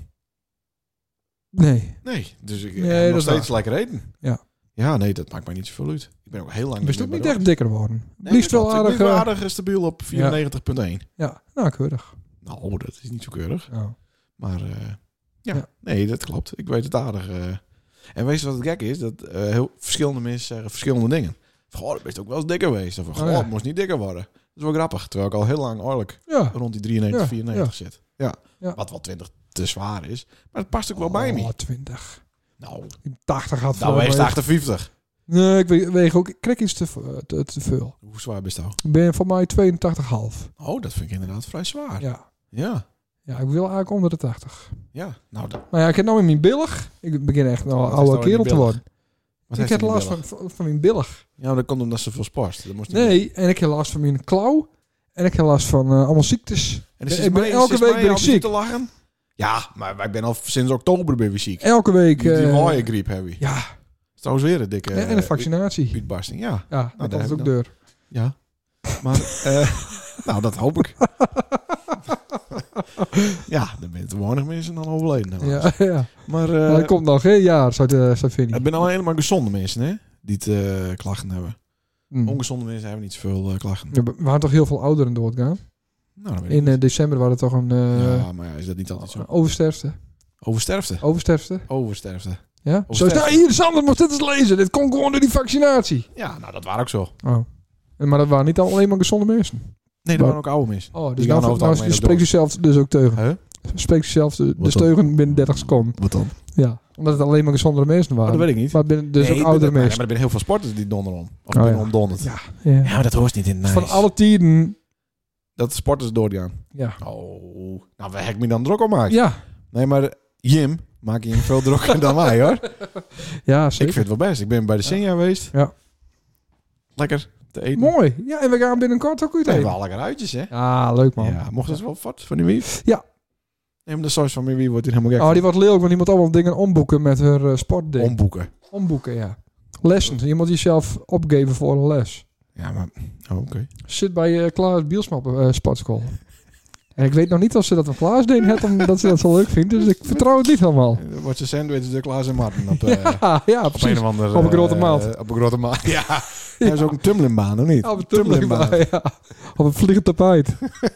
A: Nee.
B: Nee, dus ik
A: Nee,
B: heb
A: dat
B: nog
A: is
B: steeds
A: waar.
B: lekker eten.
A: Ja.
B: Ja, nee, dat maakt mij niet zoveel uit. Ik ben ook heel lang
A: Je bent
B: niet
A: ook
B: meer
A: niet
B: bij
A: echt
B: de
A: dikker worden.
B: Nee,
A: Liefst wel
B: klopt.
A: aardig.
B: Ik ben wel
A: uh,
B: aardig stabiel op vierennegentig komma één.
A: Ja, nou keurig.
B: Nou, dat is niet zo keurig.
A: Oh.
B: Maar uh, ja,
A: Ja.
B: nee, dat klopt. Ik weet het aardig. Uh. En weet je wat het gek is? Dat uh, heel verschillende mensen zeggen verschillende dingen. Van, goh, dat ben je ook wel eens dikker geweest. Of van, goh,
A: Oh, ja.
B: het moest niet dikker worden. Dat is wel grappig. Terwijl ik al heel lang eigenlijk
A: Ja.
B: rond die drieënnegentig,
A: Ja,
B: vierennegentig zit. Ja.
A: Ja.
B: Wat wel twintig te zwaar is. Maar het past ook wel bij me.
A: Oh, twintig.
B: Nou,
A: tachtig had
B: nou
A: voor
B: weegt
A: mij-
B: achtenvijftig.
A: Nee, ik weeg, weeg ook... Ik krijg iets te, te, te veel.
B: Hoe zwaar bist je nou?
A: Ik ben voor mij tweeëntachtig komma vijf.
B: Oh, dat vind ik inderdaad vrij zwaar. Ja.
A: Ja.
B: Ja.
A: Ja, ik wil eigenlijk onder de tachtig.
B: ja. Nou, dat,
A: Maar ja, ik heb nou in mijn billig. Ik begin echt nou een
B: Wat is
A: oude
B: nou in
A: kerel
B: die
A: te
B: billig?
A: worden.
B: wat
A: Ik
B: heeft
A: heb
B: hij
A: last
B: in
A: van, van, van mijn billig.
B: Ja, maar dat komt omdat ze veel sport. Dat moest
A: Nee, en ik heb last van mijn klauw. En ik heb last van uh, allemaal ziektes.
B: En is
A: ik ben elke week ben ik ziek.
B: te lachen. Ja, maar ik ben al sinds oktober ben we ziek.
A: Elke week.
B: Die, die
A: uh,
B: mooie griep hebben we.
A: ja,
B: Dat is trouwens weer een dikke...
A: en, en een vaccinatie.
B: Uitbarsting, ja.
A: Ja, dat
B: daar
A: komt
B: heb
A: ook
B: ik
A: deur.
B: Ja. Maar, eh nou, dat hoop ik. ja, dan ben je te weinig mensen dan overleden. helaas.
A: Ja, ja.
B: Maar
A: Maar
B: eh
A: dat komt nog een jaar, zou het zou vinden.
B: het zijn alleen maar gezonde mensen, hè? Die het, eh, klachten hebben.
A: Mm.
B: Ongezonde mensen hebben niet zoveel eh, klachten.
A: Ja, we hadden toch heel veel ouderen doodgaan.
B: Nou, dat weet ik
A: In uh,
B: niet.
A: december waren er toch een uh,
B: Ja, maar ja, is dat niet altijd zo?
A: oversterfte.
B: Oversterfte.
A: Oversterfte.
B: Oversterfte.
A: Ja? Zo
B: Oversterfte.
A: is nou, hier, Sander moest dit eens lezen. Dit komt gewoon door die vaccinatie.
B: Ja, nou, dat waren ook zo.
A: Oh. En, maar dat waren niet alleen maar gezonde mensen.
B: Nee, dat waren ook oude mensen.
A: Oh, dus
B: Die gaan
A: nou,
B: over het
A: nou,
B: algemeen
A: je
B: ook
A: spreekt
B: dood.
A: jezelf dus ook teugen.
B: Huh?
A: Spreekt jezelf de, de
B: Wat dan?
A: steugen binnen dertig seconden.
B: Wat dan?
A: Ja, omdat het alleen maar gezondere mensen
B: Oh,
A: waren.
B: dat weet ik niet.
A: Maar binnen dus
B: Nee,
A: ook
B: ik
A: oudere
B: ben- maar,
A: mensen.
B: maar er zijn heel veel sporters die donderen om. Of
A: Oh,
B: binnen
A: ja.
B: om donderd.
A: Ja, ja.
B: Ja, maar dat hoort niet in nice.
A: Van alle tijden.
B: Dat de sporters doorgaan.
A: Ja.
B: Oh, nou, waar heb ik me dan druk op maken?
A: Ja.
B: Nee, maar Jim, maak je hem veel drukker dan mij, hoor.
A: Ja,
B: Ik
A: zeker.
B: vind het wel best. Ik ben bij de Senja geweest.
A: Ja.
B: Lekker te eten.
A: Mooi. Ja, en we gaan binnenkort ook uit
B: We hebben
A: eten.
B: wel lekker uitjes, hè?
A: Ja, leuk man.
B: Ja, mocht het wel vat van die wief?
A: Ja.
B: Nee, maar de saus van mijn wief wordt hier helemaal gek.
A: Oh, die wordt leuk, want die moet allemaal dingen omboeken met haar uh, sportding.
B: Omboeken.
A: Omboeken, ja. Lessen. Je moet jezelf opgeven voor een les.
B: Ja, maar... Oh, oké.
A: Zit bij uh, Klaas Bielsma op uh, sportschool. En ik weet nog niet of ze dat van Klaas deed, net omdat ze dat zo leuk vindt. Dus ik vertrouw het niet helemaal.
B: Dan wordt ze sandwich de Klaas en Martin op... Uh,
A: Ja, ja,
B: op een
A: precies.
B: of andere...
A: Op een grote
B: eh,
A: maat.
B: op een grote maat. Ja. Hij is ook een tumblingbaan, of niet?
A: Op een tumblingbaan, ja. Op een vliegend tapijt.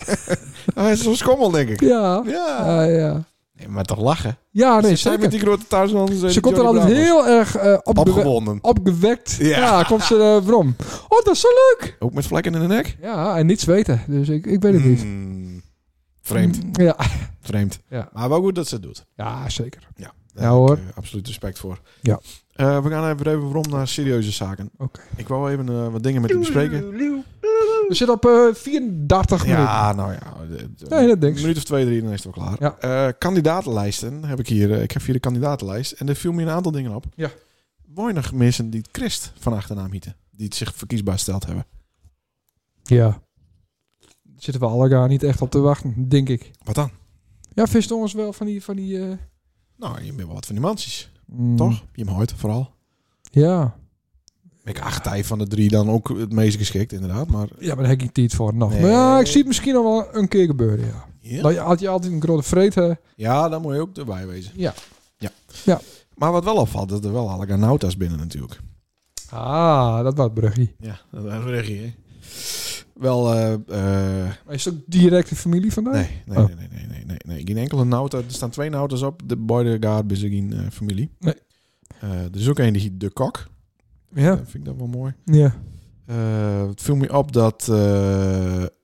B: Hij is zo'n schommel, denk ik.
A: Ja.
B: Ja.
A: Ja, ja.
B: Nee, maar toch lachen.
A: Ja, nee,
B: Ze zijn met
A: zeker.
B: die grote thuislanders. eh,
A: Ze
B: die
A: komt er
B: Johnny
A: altijd
B: Bravo's.
A: heel erg uh, opgewe-
B: Opgewonden.
A: opgewekt.
B: Ja.
A: Ja, komt ze uh, waarom? Oh, dat is zo leuk.
B: Ook met vlekken in de nek?
A: Ja, en niet zweten. Dus ik, ik weet het niet.
B: Mm, vreemd.
A: Ja.
B: Vreemd.
A: Ja.
B: Maar wel goed dat ze het doet.
A: Ja, zeker.
B: Ja,
A: Ja,
B: daar
A: hoor.
B: heb ik uh, absoluut respect voor.
A: Ja.
B: Uh, we gaan even, even rond naar serieuze zaken.
A: Oké.
B: Ik wou even uh, wat dingen met u bespreken.
A: We zitten op uh, vierendertig minuten.
B: Ja, nou ja. de- de-
A: Nee, dat denk ik.
B: Een minuut of twee, drie, dan is het wel klaar.
A: Ja.
B: Uh, kandidatenlijsten heb ik hier. Uh, ik heb hier de kandidatenlijst. En er viel me een aantal dingen op.
A: Ja.
B: Weinig mensen die het Christ van achternaam hieten. Die het zich verkiesbaar steld hebben.
A: Ja. Zitten we alle gar niet echt op te wachten, denk ik.
B: Wat dan?
A: Ja, vis jongens wel van die... Van die uh...
B: Nou, je bent wel wat van die mansies.
A: mm.
B: Toch? Je hem hoort vooral.
A: Ja.
B: Ik acht hij van de drie dan ook het meest geschikt, inderdaad. Maar
A: Ja, maar daar heb ik niet tijd voor nog.
B: Nee.
A: Maar ja, ik zie het misschien nog wel een keer gebeuren, ja.
B: ja,
A: Dan had je altijd een grote vreet, hè?
B: ja, dan moet je ook erbij wezen.
A: Ja.
B: Ja.
A: Ja.
B: Maar wat wel opvalt, dat er wel alle Ganautas binnen natuurlijk.
A: Ah, dat was het bruggie.
B: Ja, dat is regie, hè. Wel, eh... Uh,
A: Maar is het ook direct de familie vandaan?
B: nee, nee,
A: Oh.
B: nee, nee, nee, nee, nee, nee. Geen enkele nauta. Er staan twee nautas op. De beide gaat bij geen uh, familie.
A: Nee.
B: Uh, er is ook een die heet De Kok.
A: Ja.
B: Dat vind ik dat wel mooi.
A: Ja.
B: Uh, het viel me op dat uh, uh,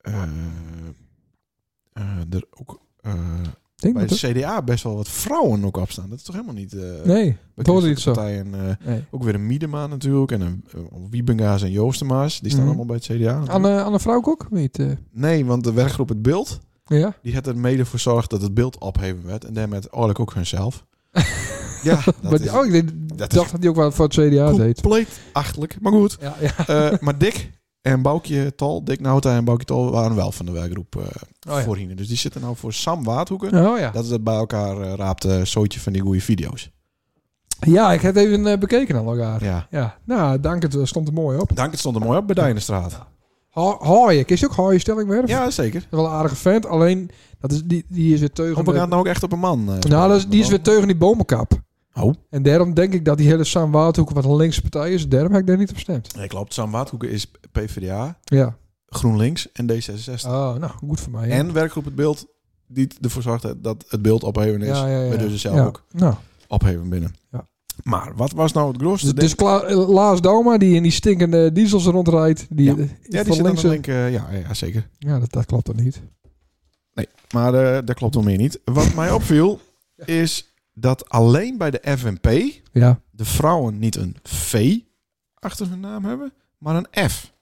B: uh, er ook uh,
A: Denk
B: bij
A: dat
B: de C D A best wel wat vrouwen ook op staan. Dat is toch helemaal niet... Uh,
A: Nee,
B: bij
A: dat hoorde niet
B: christelijke
A: zo.
B: partijen, uh,
A: Nee.
B: ook weer een Miedema natuurlijk. En een uh, Wiebenga's en Joostema's. Die staan
A: Mhm.
B: allemaal bij het C D A. natuurlijk.
A: Anne, Anne Vrouw ook? Weet uh.
B: Nee, want de werkgroep Het Beeld...
A: Ja?
B: Die had er mede voor gezorgd dat het beeld opheven werd. En daarmee eigenlijk ook hunzelf. ja, dat
A: Maar die,
B: is
A: oh, ik denk-
B: dat
A: dacht
B: is
A: dat hij ook wel voor het C D A deed.
B: compleet achterlijk. Maar goed.
A: Ja, ja.
B: Uh, maar Dick en Boukje Tol, Dick Nauta en Boukje Tol waren wel van de werkgroep uh,
A: ja.
B: voorheen. Dus die zitten nou voor Sam Waardhoeken.
A: Oh ja.
B: Dat is het bij elkaar uh, raapt uh, zootje van die goede video's.
A: Ja, ik heb het even uh, bekeken aan elkaar.
B: Ja.
A: Ja. Nou, dank het. Stond er mooi op.
B: Dank, het stond er mooi op bij Dijnenstraat.
A: Haaien. Kies je ook Haaien Stellingwerf?
B: Ja, zeker.
A: Dat is wel een aardige vent. Alleen, dat is, die, die is weer teugen.
B: Op elkaar nou ook echt op een man. Uh,
A: nou, dat is, die is weer teugen die bomenkap.
B: Oh.
A: En daarom denk ik dat die hele Sam Waardhoeken wat een linkse partij is. Daarom heb ik daar niet op gestemd.
B: Nee, klopt. Sam Waardhoeken is P v d A,
A: Ja.
B: GroenLinks en D zesenzestig.
A: Oh, nou, goed voor mij. Ja.
B: En werkgroep Het Beeld, die ervoor zorgt dat het beeld opheven is.
A: Ja, ja, ja.
B: Bij dus zelf
A: Ja.
B: ook
A: Nou.
B: opheven binnen.
A: Ja.
B: Maar wat was nou het grootste?
A: Dus, dus Kla- Laas Dauma, die in die stinkende diesels rondrijdt. Die,
B: Ja.
A: die
B: ja, die
A: van
B: zit aan
A: linkse-
B: de link. uh, ja, ja, zeker.
A: Ja, dat, dat klopt dan niet.
B: Nee, maar uh, dat klopt wel meer niet. Wat mij opviel, is dat alleen bij de F N P
A: Ja.
B: de vrouwen niet een V achter hun naam hebben, maar een F.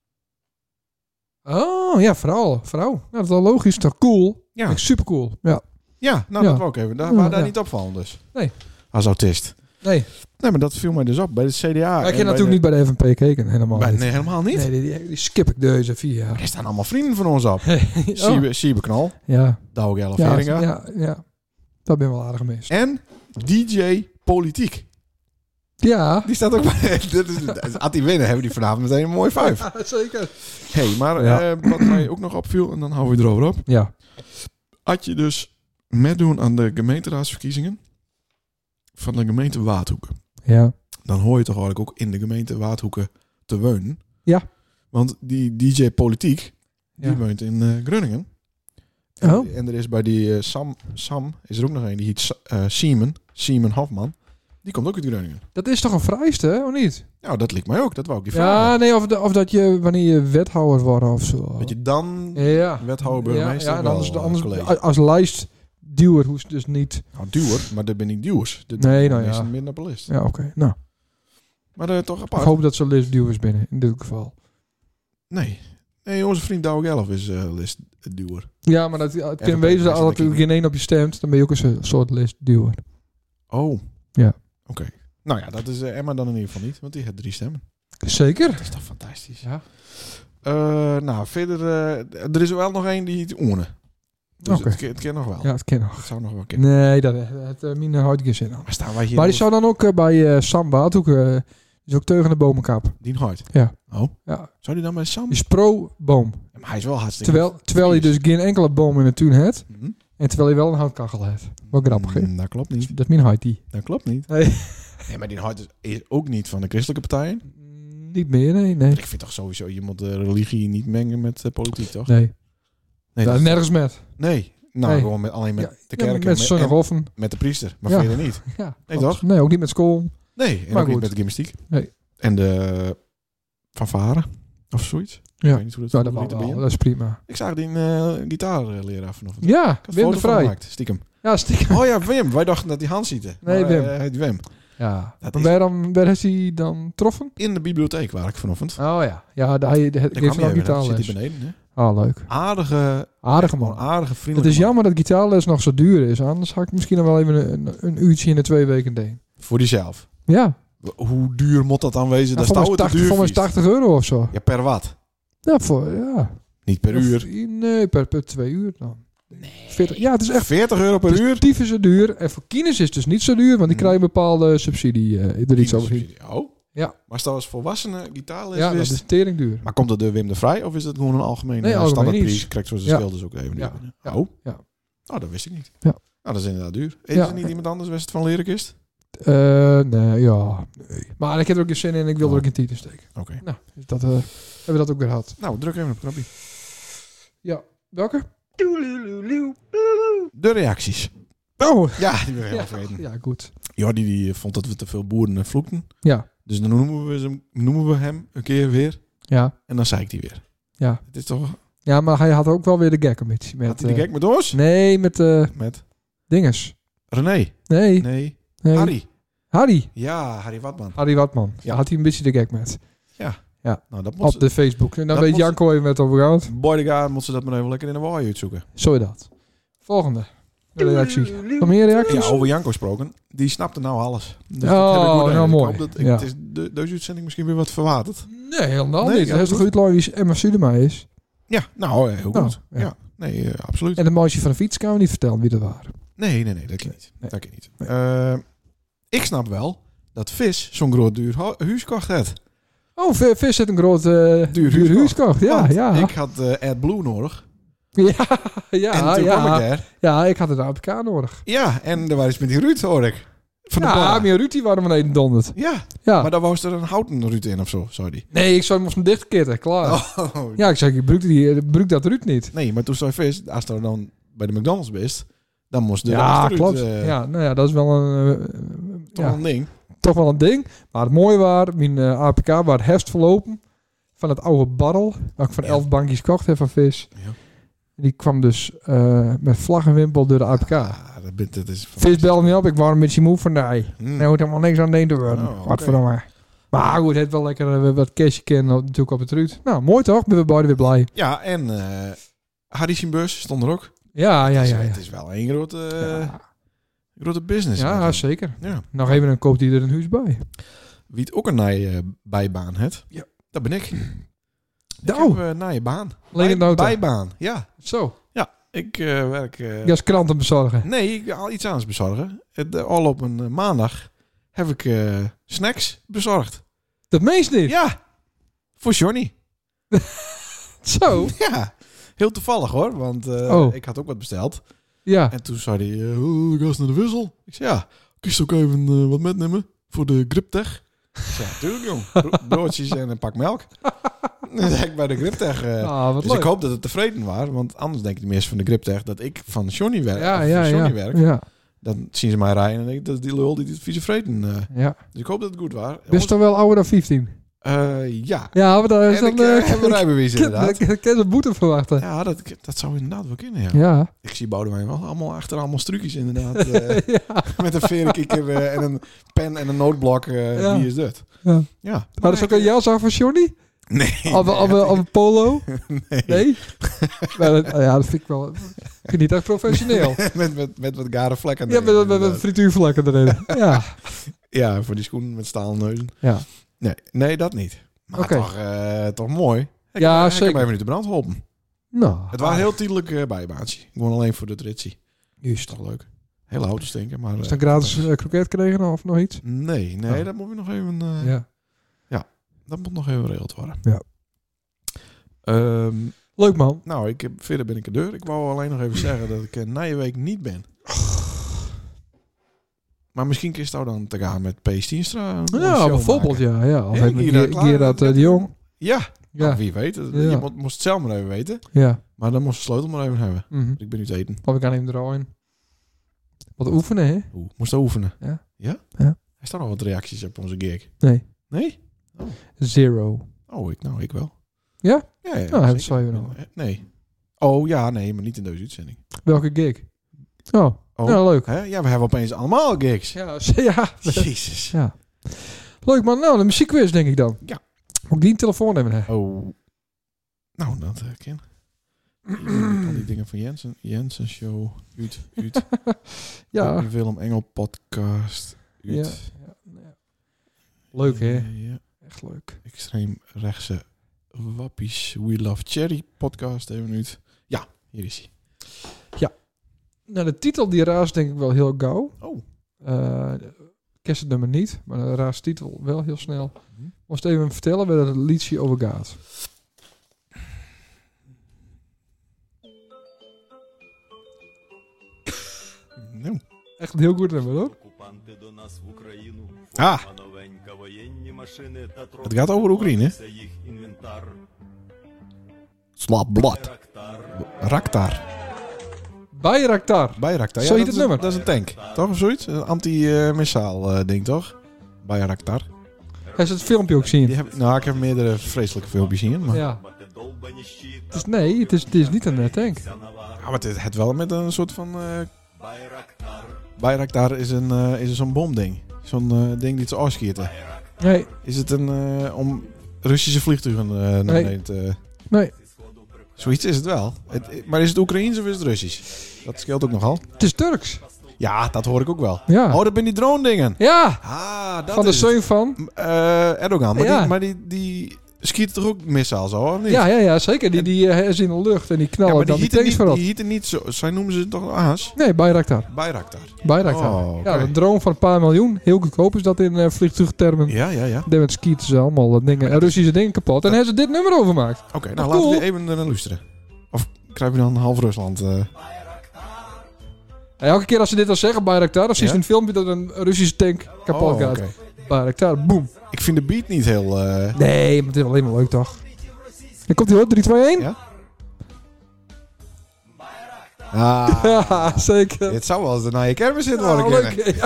A: Oh, ja, vrouw. Vrouw. Nou, dat is wel logisch. Toch cool.
B: Ja,
A: Ja. Super cool. Ja.
B: ja nou
A: Ja.
B: dat wou ik even. Daar
A: Ja,
B: waren daar
A: ja.
B: niet opvallen dus.
A: Nee.
B: Als autist.
A: Nee,
B: Nee, maar dat viel mij dus op bij de C D A.
A: maar ik
B: en
A: heb
B: bij
A: natuurlijk
B: de-
A: niet bij de F N P gekeken. Helemaal
B: bij-
A: niet.
B: Nee, helemaal niet.
A: Nee, die, die, die skip ik deze vier jaar.
B: Er staan allemaal vrienden van ons op.
A: oh.
B: Siebe, Siebe Knal,
A: Ja.
B: Douwe Gelle
A: Ja,
B: Veringa.
A: ja, ja. Dat ben wel aardig gemist.
B: En D J Politiek.
A: Ja.
B: Die staat ook bij. Dit is, als die winnen, hebben die vanavond meteen een mooie vijf.
A: Ja, zeker.
B: Hey, maar
A: Ja.
B: eh, wat mij ook nog opviel, en dan houden we erover op.
A: Ja.
B: Had je dus meedoen aan de gemeenteraadsverkiezingen van de gemeente Waardhoeken.
A: Ja.
B: Dan hoor je toch eigenlijk ook in de gemeente Waardhoeken te wonen.
A: Ja.
B: Want die D J Politiek, die
A: Ja.
B: woont in uh, Groningen. En,
A: Oh.
B: en er is bij die uh, Sam, Sam, is er ook nog een, die heet uh, Siemen, Siemen Hofman. Die komt ook uit Groningen.
A: Dat is toch een vereiste, hè? Of niet?
B: Nou, dat lijkt mij ook. Dat wou ik je
A: Ja,
B: vragen.
A: nee, of, de- of dat je, wanneer je wethouder wordt of zo.
B: Dat je dan
A: Ja.
B: wethouder, burgemeester,
A: Ja, ja, en
B: wel,
A: anders,
B: uh,
A: anders
B: college.
A: als lijstduwer hoeft dus niet.
B: Nou, duwer, maar dat ben ik duwers. Dat
A: Nee,
B: dat
A: nou
B: is
A: ja.
B: een minder op de list.
A: Ja, oké. Nou,
B: Maar uh, toch
A: ik
B: apart.
A: hoop dat ze listduwers binnen, in dit geval.
B: Nee. Nee, onze vriend Douwe Gelf is uh, listduwer.
A: Ja, maar dat, het
B: Even
A: kan wezen dat
B: kijken,
A: als er geen één op je stemt, dan ben je ook een soort listduwer.
B: Oh.
A: Ja.
B: Oké. Nou ja, dat is uh, Emma dan in ieder geval niet, want die heeft drie stemmen.
A: Zeker.
B: Dat is toch fantastisch.
A: Ja.
B: Uh, nou, verder, uh, er is er wel nog één die het oene. Dus
A: Oké.
B: het, het kan nog wel.
A: Ja, het kan nog.
B: Het zou nog wel kunnen.
A: Nee, dat het uh, mijn houdt geen zin aan.
B: Maar staan wij hier
A: Maar die
B: nog-
A: zou dan ook uh, bij uh, Sam Waardhoek, uh, is ook teugende bomenkap.
B: Die hard.
A: Ja.
B: Oh.
A: Ja.
B: Zou die dan bij Sam?
A: Die is pro-boom.
B: Ja, maar hij is wel hartstikke...
A: Terwijl, terwijl je dus geen enkele boom in de tuin hebt.
B: Mhm.
A: En terwijl je wel een houtkachel hebt. Wat grappig, hè?
B: Mm, dat klopt niet.
A: Dat is mijn height die.
B: Dat klopt niet.
A: Nee.
B: Nee, maar die hard is, is ook niet van de christelijke partijen.
A: Niet meer, nee. Nee.
B: Ik vind toch sowieso, je moet de religie niet mengen met uh, politiek, toch?
A: Nee.
B: Nee,
A: Daar
B: dat-
A: nergens met.
B: nee. Nou,
A: Nee.
B: gewoon met, alleen met
A: Ja,
B: de
A: ja,
B: kerk
A: met
B: en, met,
A: zonnehoffen.
B: en met de priester. Maar
A: Ja.
B: verder niet.
A: Ja.
B: Nee,
A: klopt.
B: toch?
A: Nee, ook niet met school.
B: Nee, en
A: Maar
B: ook niet
A: goed.
B: met de gymnastiek.
A: Nee.
B: En de fanfare of zoiets.
A: Ja.
B: Ik weet niet hoe dat,
A: Nou,
B: hoe
A: dat,
B: die
A: mag
B: erbij
A: wel.
B: is.
A: dat is prima.
B: Ik zag die uh, gitaarleraar vanochtend.
A: Ja,
B: Ik had een
A: Wim
B: foto
A: de
B: van
A: Vrij.
B: gemaakt, stiekem.
A: Ja, stiekem.
B: Oh ja, Wim. Wij dachten dat hij Hans ziette.
A: Nee,
B: Maar,
A: Wim.
B: uh, hij heet Wim.
A: Ja.
B: Dat
A: Maar
B: is-
A: waarom, waar is hij dan troffen?
B: In de bibliotheek waar ik vanochtend.
A: Oh ja. Ja, daar hij
B: Daar
A: geeft
B: kwam
A: van
B: hij even, daar zit
A: gitaarles.
B: hij beneden. Hè?
A: Ah, leuk.
B: Aardige,
A: Aardige
B: gewoon
A: man.
B: aardige
A: Het
B: vriendelijke
A: is
B: man.
A: jammer dat gitaarles nog zo duur is. Anders had ik misschien nog wel even een, een uurtje in de twee weken deed.
B: Voor diezelf.
A: Ja.
B: Hoe duur moet dat dan wezen?
A: Nou,
B: Dat
A: voor
B: is
A: mij
B: het te
A: tachtig,
B: duur
A: voor mij
B: vies.
A: tachtig euro of zo.
B: Ja, per wat?
A: Ja, voor, ja.
B: Niet per
A: Of-
B: uur.
A: Nee, per, per twee uur dan. veertig, ja, het is echt...
B: veertig euro per
A: Het is
B: uur?
A: tyfus zo duur. En voor kines is het dus niet zo duur, want die krijgen een bepaalde subsidie uh, er iets overheen.
B: Oh?
A: Ja.
B: Maar stel als volwassenen gitaarles
A: Ja, dat
B: wist-
A: is tering duur.
B: Maar komt dat door Wim de Vrij of is het gewoon een algemene
A: Nee,
B: uh,
A: algemeen
B: standaardprijs?
A: iets.
B: Krijgt zoals de
A: Ja.
B: schilders ook even
A: Ja.
B: binnen.
A: Ja.
B: Oh?
A: Ja.
B: Oh, dat wist ik niet.
A: Ja.
B: Nou, dat is inderdaad duur. Is
A: Ja.
B: er niet iemand anders, was het van Lyrikist?
A: Uh, nee, ja. Nee. Maar ik heb er ook geen zin in en ik wil
B: Oh.
A: er ook in tieten steken.
B: Oké.
A: Nou, dus dat, uh, hebben we dat ook weer gehad.
B: Nou, druk even op het knopje.
A: Ja. Welke?
B: De reacties.
A: Oh.
B: Ja, die ben ik
A: Ja,
B: helemaal vergeten.
A: ja, goed.
B: Jordi die vond dat we te veel boeren uh, vloekten.
A: Ja.
B: Dus dan noemen we, ze, noemen we hem een keer weer.
A: Ja.
B: En dan zei ik die weer.
A: Ja.
B: Het is toch...
A: Ja, maar hij had ook wel weer de gek een beetje. Met,
B: Had hij die
A: uh,
B: gek met ons?
A: Nee, met uh,
B: Met
A: dinges.
B: René.
A: Nee.
B: Nee.
A: nee.
B: Harry.
A: Harry.
B: Ja, Harry Watman.
A: Harry Watman.
B: Ja.
A: Daar had hij een beetje de gek met.
B: Nou, dat moet
A: Op
B: ze...
A: de Facebook. En dan
B: dat
A: weet
B: moet
A: Janko even met over gehad.
B: Bodyguard moet ze dat maar even lekker in de waai uitzoeken.
A: Zo is dat. Volgende. De reactie. Nog meer reacties?
B: Ja, over Janko gesproken. Die snapte nou alles. Dus
A: Oh,
B: dat heb ik goed
A: nou
B: gedaan.
A: mooi.
B: Ik hoop dat ik,
A: Ja.
B: Het is de, deze uitzending misschien weer wat verwaterd.
A: Nee, helemaal
B: Nee,
A: niet.
B: ja,
A: Hij is toch
B: goed.
A: goed wie Emma Sudema is.
B: Ja, nou, eh, heel
A: Nou,
B: goed.
A: ja.
B: Ja. Nee, eh, absoluut.
A: En de meisje van de fiets kan we niet vertellen wie dat waren.
B: Nee, nee, nee, dat kan niet.
A: Nee.
B: Dat kan niet.
A: Nee.
B: Eh, ik snap wel dat Vis zo'n groot duur hu- huis kocht heeft.
A: Oh, V- Vis heeft een groot uh, duur,
B: huis
A: huis kocht. Ja,
B: Want
A: ja.
B: ik had eh AdBlue nodig.
A: Ja,
B: en
A: ja,
B: toen kwam ik
A: ja.
B: daar.
A: Ja, ik had een A P K nodig.
B: Ja, en er was iets met die Ruud, hoor ik. Van de
A: Ja,
B: bar.
A: meer Ruud die waren beneden donderd.
B: Ja,
A: Ja.
B: maar daar was er een houten Ruud in of zo, zei die.
A: Nee, ik zou hem op zijn dichtkitten, klaar.
B: Oh.
A: Ja, ik zei, ik gebruik, die, gebruik dat Ruud niet.
B: Nee, maar toen zei Vis, als je dan bij de McDonald's bent, dan moest de
A: Ja,
B: achterruud,
A: klopt.
B: eh,
A: Ja, nou ja, dat is wel een... uh,
B: toch
A: ja,
B: een ding.
A: toch wel een ding. Maar het mooie was, mijn uh, A P K was herfst verlopen van het oude barrel, waar ik van
B: Ja.
A: elf bankjes kocht heb van Vis.
B: Ja.
A: Die kwam dus uh, met vlag en wimpel door de A P K.
B: Ah, dat, bent- dat is
A: Vis belde me op, ik was een beetje moe van nee.
B: Hmm.
A: Er moet helemaal niks aan deed te worden.
B: Oh,
A: Wat
B: oké.
A: voor maar. Maar goed, het heeft wel lekker uh, wat cashje kennen natuurlijk op het Ruud. Nou, mooi toch? Ben we beide weer blij.
B: Ja, en uh, Harry zijn beurs stond er ook.
A: Ja, ja,
B: Het is-
A: ja. ja.
B: Het is wel een grote, uh,
A: Ja.
B: grote business.
A: Ja,
B: met hem.
A: zeker.
B: Ja.
A: Nog even, dan koopt hij er een huis bij.
B: Wie het ook een naaie uh, bijbaan heeft,
A: Ja.
B: dat ben ik. Ik
A: Oh.
B: heb een naaie baan.
A: Alleen in de
B: Bij-
A: auto.
B: Bijbaan, ja.
A: Zo.
B: Ik uh, werk... Uh,
A: Je als kranten bezorgen.
B: Nee, ik ga al iets anders bezorgen. Het, uh, al op een uh, maandag heb ik uh, snacks bezorgd.
A: Dat meest niet.
B: Ja, voor Johnny.
A: Zo.
B: Ja, heel toevallig hoor, want uh,
A: Oh.
B: ik had ook wat besteld.
A: Ja.
B: En toen zei hij, uh, oh, ik ga eens naar de wissel. Ik zei, ja, kies ook even uh, wat metnemen voor de Griptech. Ik zei, ja, tuurlijk jong. Bro- broodjes en een pak melk. Dan zei ik bij de Griptech. Uh,
A: Ah, wat
B: dus
A: leuk.
B: ik hoop dat het tevreden was, want anders denken de mensen van de Griptech dat ik van Johnny werk.
A: Ja,
B: of
A: ja,
B: voor
A: ja.
B: Johnny werk.
A: Ja.
B: Dan zien ze mij rijden en denk ik, dat is die lul die het vieze vreten. Uh,
A: Ja.
B: dus ik hoop dat het goed was.
A: Bist toch wel ouder dan vijftien?
B: Uh, ja.
A: Ja, maar daar is
B: En ik
A: dan...
B: uh,
A: uh,
B: heb een rijbewijs inderdaad.
A: Ik kan een boete verwachten.
B: Ja, dat, dat zou inderdaad wel kunnen, ja.
A: Ja.
B: Ik zie Boudewijn wel allemaal achter allemaal trucjes inderdaad. Uh,
A: Ja.
B: met een verenkikker uh, en een pen en een nootblok. Uh,
A: Ja.
B: Wie is dat?
A: Ja.
B: Ja.
A: Maar dat is ook een jas aan van Johnny?
B: Nee.
A: Of, of, of, of een polo?
B: nee.
A: Nee? Maar dat, ja, dat vind ik wel... Ik vind niet echt professioneel.
B: met, met, met wat gare vlekken.
A: Ja, met, met, met frituurvlekken erin. Ja.
B: Ja, voor die schoenen met staalneuzen.
A: Ja.
B: Nee, nee, dat niet. Maar
A: Oké.
B: toch, uh, toch mooi. Ik
A: Ja,
B: heb, ik
A: zeker.
B: heb even niet de brand geholpen.
A: Nou.
B: Het was een heel tijdelijk uh, bijbaantje. Gewoon alleen voor de tritsie.
A: Juist.
B: Toch leuk. Hele auto stinken, maar...
A: Is
B: uh,
A: dat gratis uh, kroket kregen of nog iets?
B: Nee, nee,
A: Oh.
B: dat moet we nog even... Uh,
A: Ja.
B: Dat moet nog even geregeld worden.
A: Ja.
B: Ehm,
A: Leuk man.
B: nou, ik heb, verder ben ik er deur. Ik wou alleen nog even zeggen dat ik uh, na je week niet ben. Maar misschien kun je het dan te gaan met P. Stienstra. een mooie
A: Ja,
B: show
A: bijvoorbeeld
B: maken.
A: ja. ja. Of
B: Ja,
A: even met
B: Gerard
A: Ge-
B: Klaar-
A: Gerard uh, de Jong.
B: Ja,
A: Ja.
B: nou, wie weet.
A: Ja.
B: Je moet, moest het zelf maar even weten.
A: Ja.
B: Maar dan moest de sleutel maar even hebben.
A: Mhm.
B: Ik ben nu te eten.
A: Of ik kan hem draaien. Wat oefenen, hè?
B: Oeh, moest je oefenen.
A: Ja.
B: Ja?
A: Ja.
B: Er staan nog wat reacties op onze gig.
A: Nee.
B: Nee?
A: Zero.
B: Oh, ik, nou, ik wel.
A: Ja?
B: Ja, ja.
A: Nou, hebben we
B: zeker.
A: het zo even over.
B: Nee. Oh, ja, nee, maar niet in deze uitzending.
A: Welke gig? Oh,
B: Oh,
A: ja, leuk.
B: hè? Ja, we hebben opeens allemaal gigs.
A: Ja, ja.
B: Jezus.
A: ja. Leuk man. Nou, de muziekquiz denk ik dan.
B: Ja.
A: Moet ik die een telefoon hebben? Hè?
B: Oh. Nou, dat uh, ken. Al die dingen van Jensen. Jensen Show. Uit. Uit.
A: Ja.
B: Een Willem Engel podcast. Uit.
A: Ja. Ja, ja. Leuk hè?
B: Ja, ja.
A: Echt leuk.
B: Extreem rechtse wappies. We Love Cherry podcast even uit. Ja, hier is hij.
A: Ja. Nou, de titel die raast denk ik wel heel gauw.
B: Oh.
A: Uh, ik ken het nummer niet, maar de raast titel wel heel snel.
B: Mhm.
A: Moest even vertellen waar het liedje over gaat.
B: Nou.
A: Echt een heel goed nummer, hoor.
B: Ah. Het gaat over Oekraïne. Slapblad. Raktar.
A: Bayraktar.
B: Bayraktar.
A: Zo
B: Ja,
A: heet
B: dat
A: het
B: is,
A: nummer.
B: Dat is een tank. Toch of zoiets? Een anti-missaal uh, ding, toch? Bayraktar.
A: Hij is het filmpje ook zien.
B: Die heb, nou, ik heb meerdere vreselijke filmpjes zien. Maar,
A: Ja. Het is, nee, het is, het is niet een uh, tank.
B: ja, maar het is het wel met een soort van... Uh, Bayraktar is een uh, is zo'n bomding. Zo'n uh, ding die ze afschieten.
A: Nee,
B: Is het een uh, om Russische vliegtuigen uh, naar
A: Nee.
B: beneden te...
A: nee.
B: Zoiets is het wel. Het, maar is het Oekraïens of is het Russisch? Dat scheelt ook nogal.
A: Het is Turks.
B: Ja, dat hoor ik ook wel.
A: Ja.
B: Oh, dat ben die drone dingen.
A: Ja,
B: Ah, dat
A: van de
B: is het.
A: zoon van.
B: Uh, Erdogan. Maar,
A: Ja.
B: die, maar die, die schiet toch ook missiles, hoor? Of niet?
A: Ja, ja, ja, zeker. Die, die uh, is in de lucht en die
B: Ja,
A: knallen
B: maar
A: dan
B: die
A: die
B: hieten
A: tanks
B: niet,
A: voorop.
B: die hieten niet zo... Zij noemen ze toch Aas?
A: Nee, Bayraktar.
B: Bayraktar.
A: Bayraktar.
B: Oh, oké.
A: Ja, een drone van een paar miljoen. Heel goedkoop is dat in uh, vliegtuigtermen.
B: Ja, ja, ja.
A: Daarmee schieten ze allemaal uh, dingen, uh, Russische dingen kapot. En hebben ze dit nummer overmaakt.
B: Oké, nou
A: Cool.
B: laten we even naar luisteren. Of krijgen we dan half Rusland? Uh...
A: En elke keer als ze dit al zeggen, Bayraktar, dan zie je
B: Ja?
A: in een filmpje dat een Russische tank kapot
B: Oh,
A: gaat.
B: oké.
A: Bayraktar, boom.
B: Ik vind de beat niet heel... Uh...
A: Nee, maar het is alleen maar leuk toch? Dan komt hij hoor, drie, twee, één.
B: Ja? Ah,
A: Ja, zeker.
B: het zou wel eens de naaie kermis zitten worden
A: Ja,
B: kunnen.
A: leuk. Ja,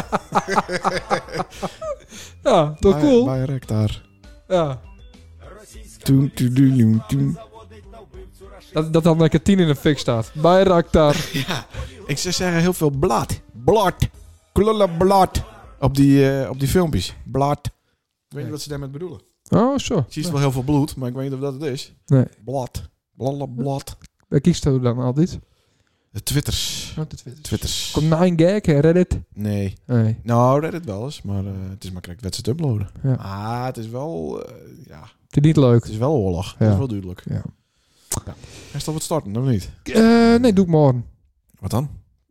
A: ja toch
B: Bay-
A: cool?
B: Bayraktar.
A: Ja.
B: Toen, toen, toen, toen, toen.
A: Dat, dat dan lekker tien in de fik staat. Bayraktar.
B: Ja, ik zou zeggen heel veel blad. Blad. Klulle blad. Op die, uh, op die filmpjes. Blad. Ik weet niet wat ze daarmee bedoelen.
A: Oh, zo.
B: Ik zie wel heel veel bloed, maar ik weet niet of dat het is.
A: Nee.
B: Blad. Blad, blad.
A: Waar kiest u dan altijd?
B: De Twitters.
A: Oh, de Twitter.
B: Twitters.
A: Komt nine gag, hè, Reddit?
B: Nee.
A: Nee.
B: Nou, Reddit wel eens, maar uh, het is makkelijk wedstrijd uploaden.
A: Ja.
B: Ah, het is wel... Uh, ja,
A: Het is niet leuk.
B: het is wel oorlog.
A: Ja.
B: Dat is wel duidelijk.
A: Ja.
B: Ja. Hij staat wat starten, of niet?
A: Uh, nee, doe ik morgen.
B: Wat dan?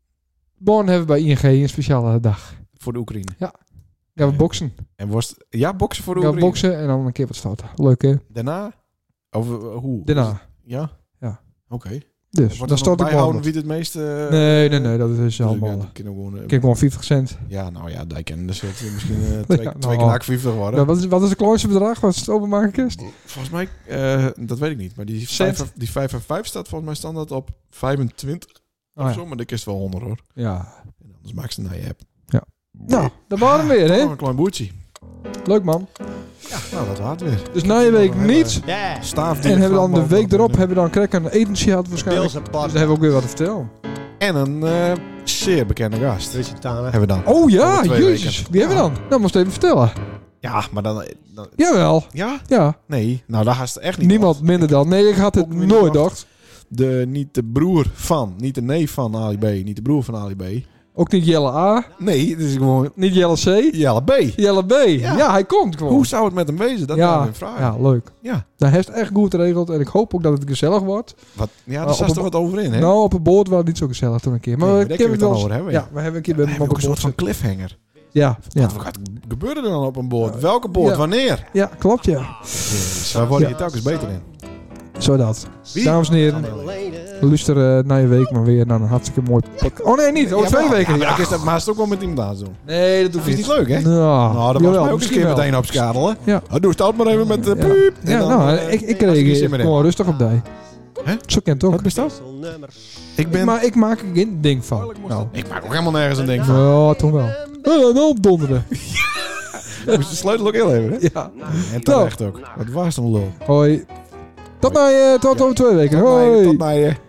A: Morgen hebben we bij I N G een speciale dag.
B: Voor de Oekraïne.
A: Gaan we boksen.
B: En worst... Ja, boksen voor de
A: Gaan we
B: Oekraïne.
A: boksen en dan een keer wat stoten. Leuk, hè?
B: Daarna? Of uh, hoe?
A: Daarna.
B: Ja?
A: Ja.
B: Oké.
A: Dus,
B: Wordt
A: dan
B: er nog
A: stort ik
B: bijhouden
A: morgen.
B: wie het meeste... uh,
A: Nee, nee, nee, dat is
B: dus
A: allemaal.
B: ik, uh, gewoon, uh,
A: Kijk, gewoon vijftig cent.
B: ja, nou ja, die kennen dus het misschien uh, twee,
A: Ja,
B: twee
A: nou.
B: keer vijftig worden.
A: Nou, wat, is, wat is het kleinste bedrag wat het openmaken kist?
B: Volgens mij, uh, dat weet ik niet, maar die
A: Cent.
B: vijf, die vijf en vijf staat volgens mij standaard op vijfentwintig
A: Oh,
B: of
A: ja.
B: zo, maar dat is wel honderd hoor.
A: Ja.
B: En anders maak ze naar je app.
A: Nou, dat waren we weer, hè?
B: Oh, een klein boertje.
A: Leuk, man.
B: Nou, dat waard weer.
A: Dus na je week niet.
D: Yeah.
B: Staaf
A: En hebben we dan de week erop hebben we dan krek een etentje gehad
D: Bills
A: waarschijnlijk.
D: en
A: Dus
D: Pod.
A: daar hebben we ook weer wat te vertellen.
B: En een uh, zeer bekende gast.
D: Richard Tana.
B: Hebben we dan.
A: Oh ja,
B: Over twee
A: jezus.
B: weken.
A: Wie hebben we dan? Nou, moest even vertellen.
B: Ja, maar dan... dan
A: Jawel.
B: ja?
A: Ja.
B: Nee. Nou, daar haast echt niet.
A: Niemand
B: gedacht.
A: minder dan. Nee, ik had het
B: Ook weer niet
A: nooit
B: gedacht.
A: gedacht.
B: De, niet de broer van, niet de neef van Ali B, niet de broer van Ali B.
A: Ook niet Jelle A.
B: Nee, het is gewoon
A: Niet Jelle C.
B: Jelle B.
A: Jelle B. Ja,
B: Ja.
A: hij komt gewoon.
B: Hoe zou het met hem wezen? Dat is
A: ja,
B: een vraag.
A: ja, leuk.
B: Ja.
A: Dat heeft echt goed geregeld. En ik hoop ook dat het gezellig wordt.
B: Wat, ja,
A: Maar
B: daar
A: op
B: staat
A: een
B: er wat over in, hè?
A: Nou, op het boord was het niet zo gezellig toen een keer. Maar
B: Nee,
A: we
B: daar
A: kunnen
B: kunnen we
A: het
B: het
A: wel
B: dan
A: eens-
B: over hebben,
A: Ja, we hebben een keer
B: We
A: bij hem
B: hebben
A: op
B: ook
A: een
B: een soort
A: boord
B: van
A: zitten.
B: cliffhanger.
A: Ja, ja.
B: Wat gaat- gebeurde er dan op een boord? Welke boord?
A: Ja.
B: Wanneer?
A: Ja, klopt ja.
B: Dus wij worden
A: Ja.
B: hier telkens beter in.
A: Zo dat.
B: Wie?
A: Dames en heren, luister uh, na je week maar weer naar een hartstikke mooi podcast. Oh nee, niet. Over twee weken.
B: Ja,
A: Ja,
B: maar is dat maar is het ook wel met iemand aan doen.
A: Nee, dat doe
B: Dat
A: ik
B: is
A: niet.
B: niet leuk, hè?
A: Nou,
B: Nou, dat was
A: jawel,
B: mij ook eens een
A: misschien
B: keer
A: wel.
B: meteen opschadelen.
A: Ja.
B: Oh, doe het maar even met de
A: Ja.
B: piep. En
A: Ja,
B: dan,
A: nou,
B: eh,
A: ik, ik
B: als
A: kreeg
B: er zin meer in.
A: gewoon rustig op die.
B: Hè?
A: Zo kent het ook.
B: Wat is dat? Ik ben...
A: Maar ik maak er geen ding van. Nou,
B: Ik maak ook helemaal nergens een ding van.
A: ja, toen wel. Oh, nou opdonderen.
B: Je moest de sleutel ook heel even, hè?
A: Ja.
B: En terecht ook. Wat was een lul.
A: Hoi. Tot, na, je- tot over twee weken.
B: Tot
A: Hoi.
B: naar je. Tot naar je.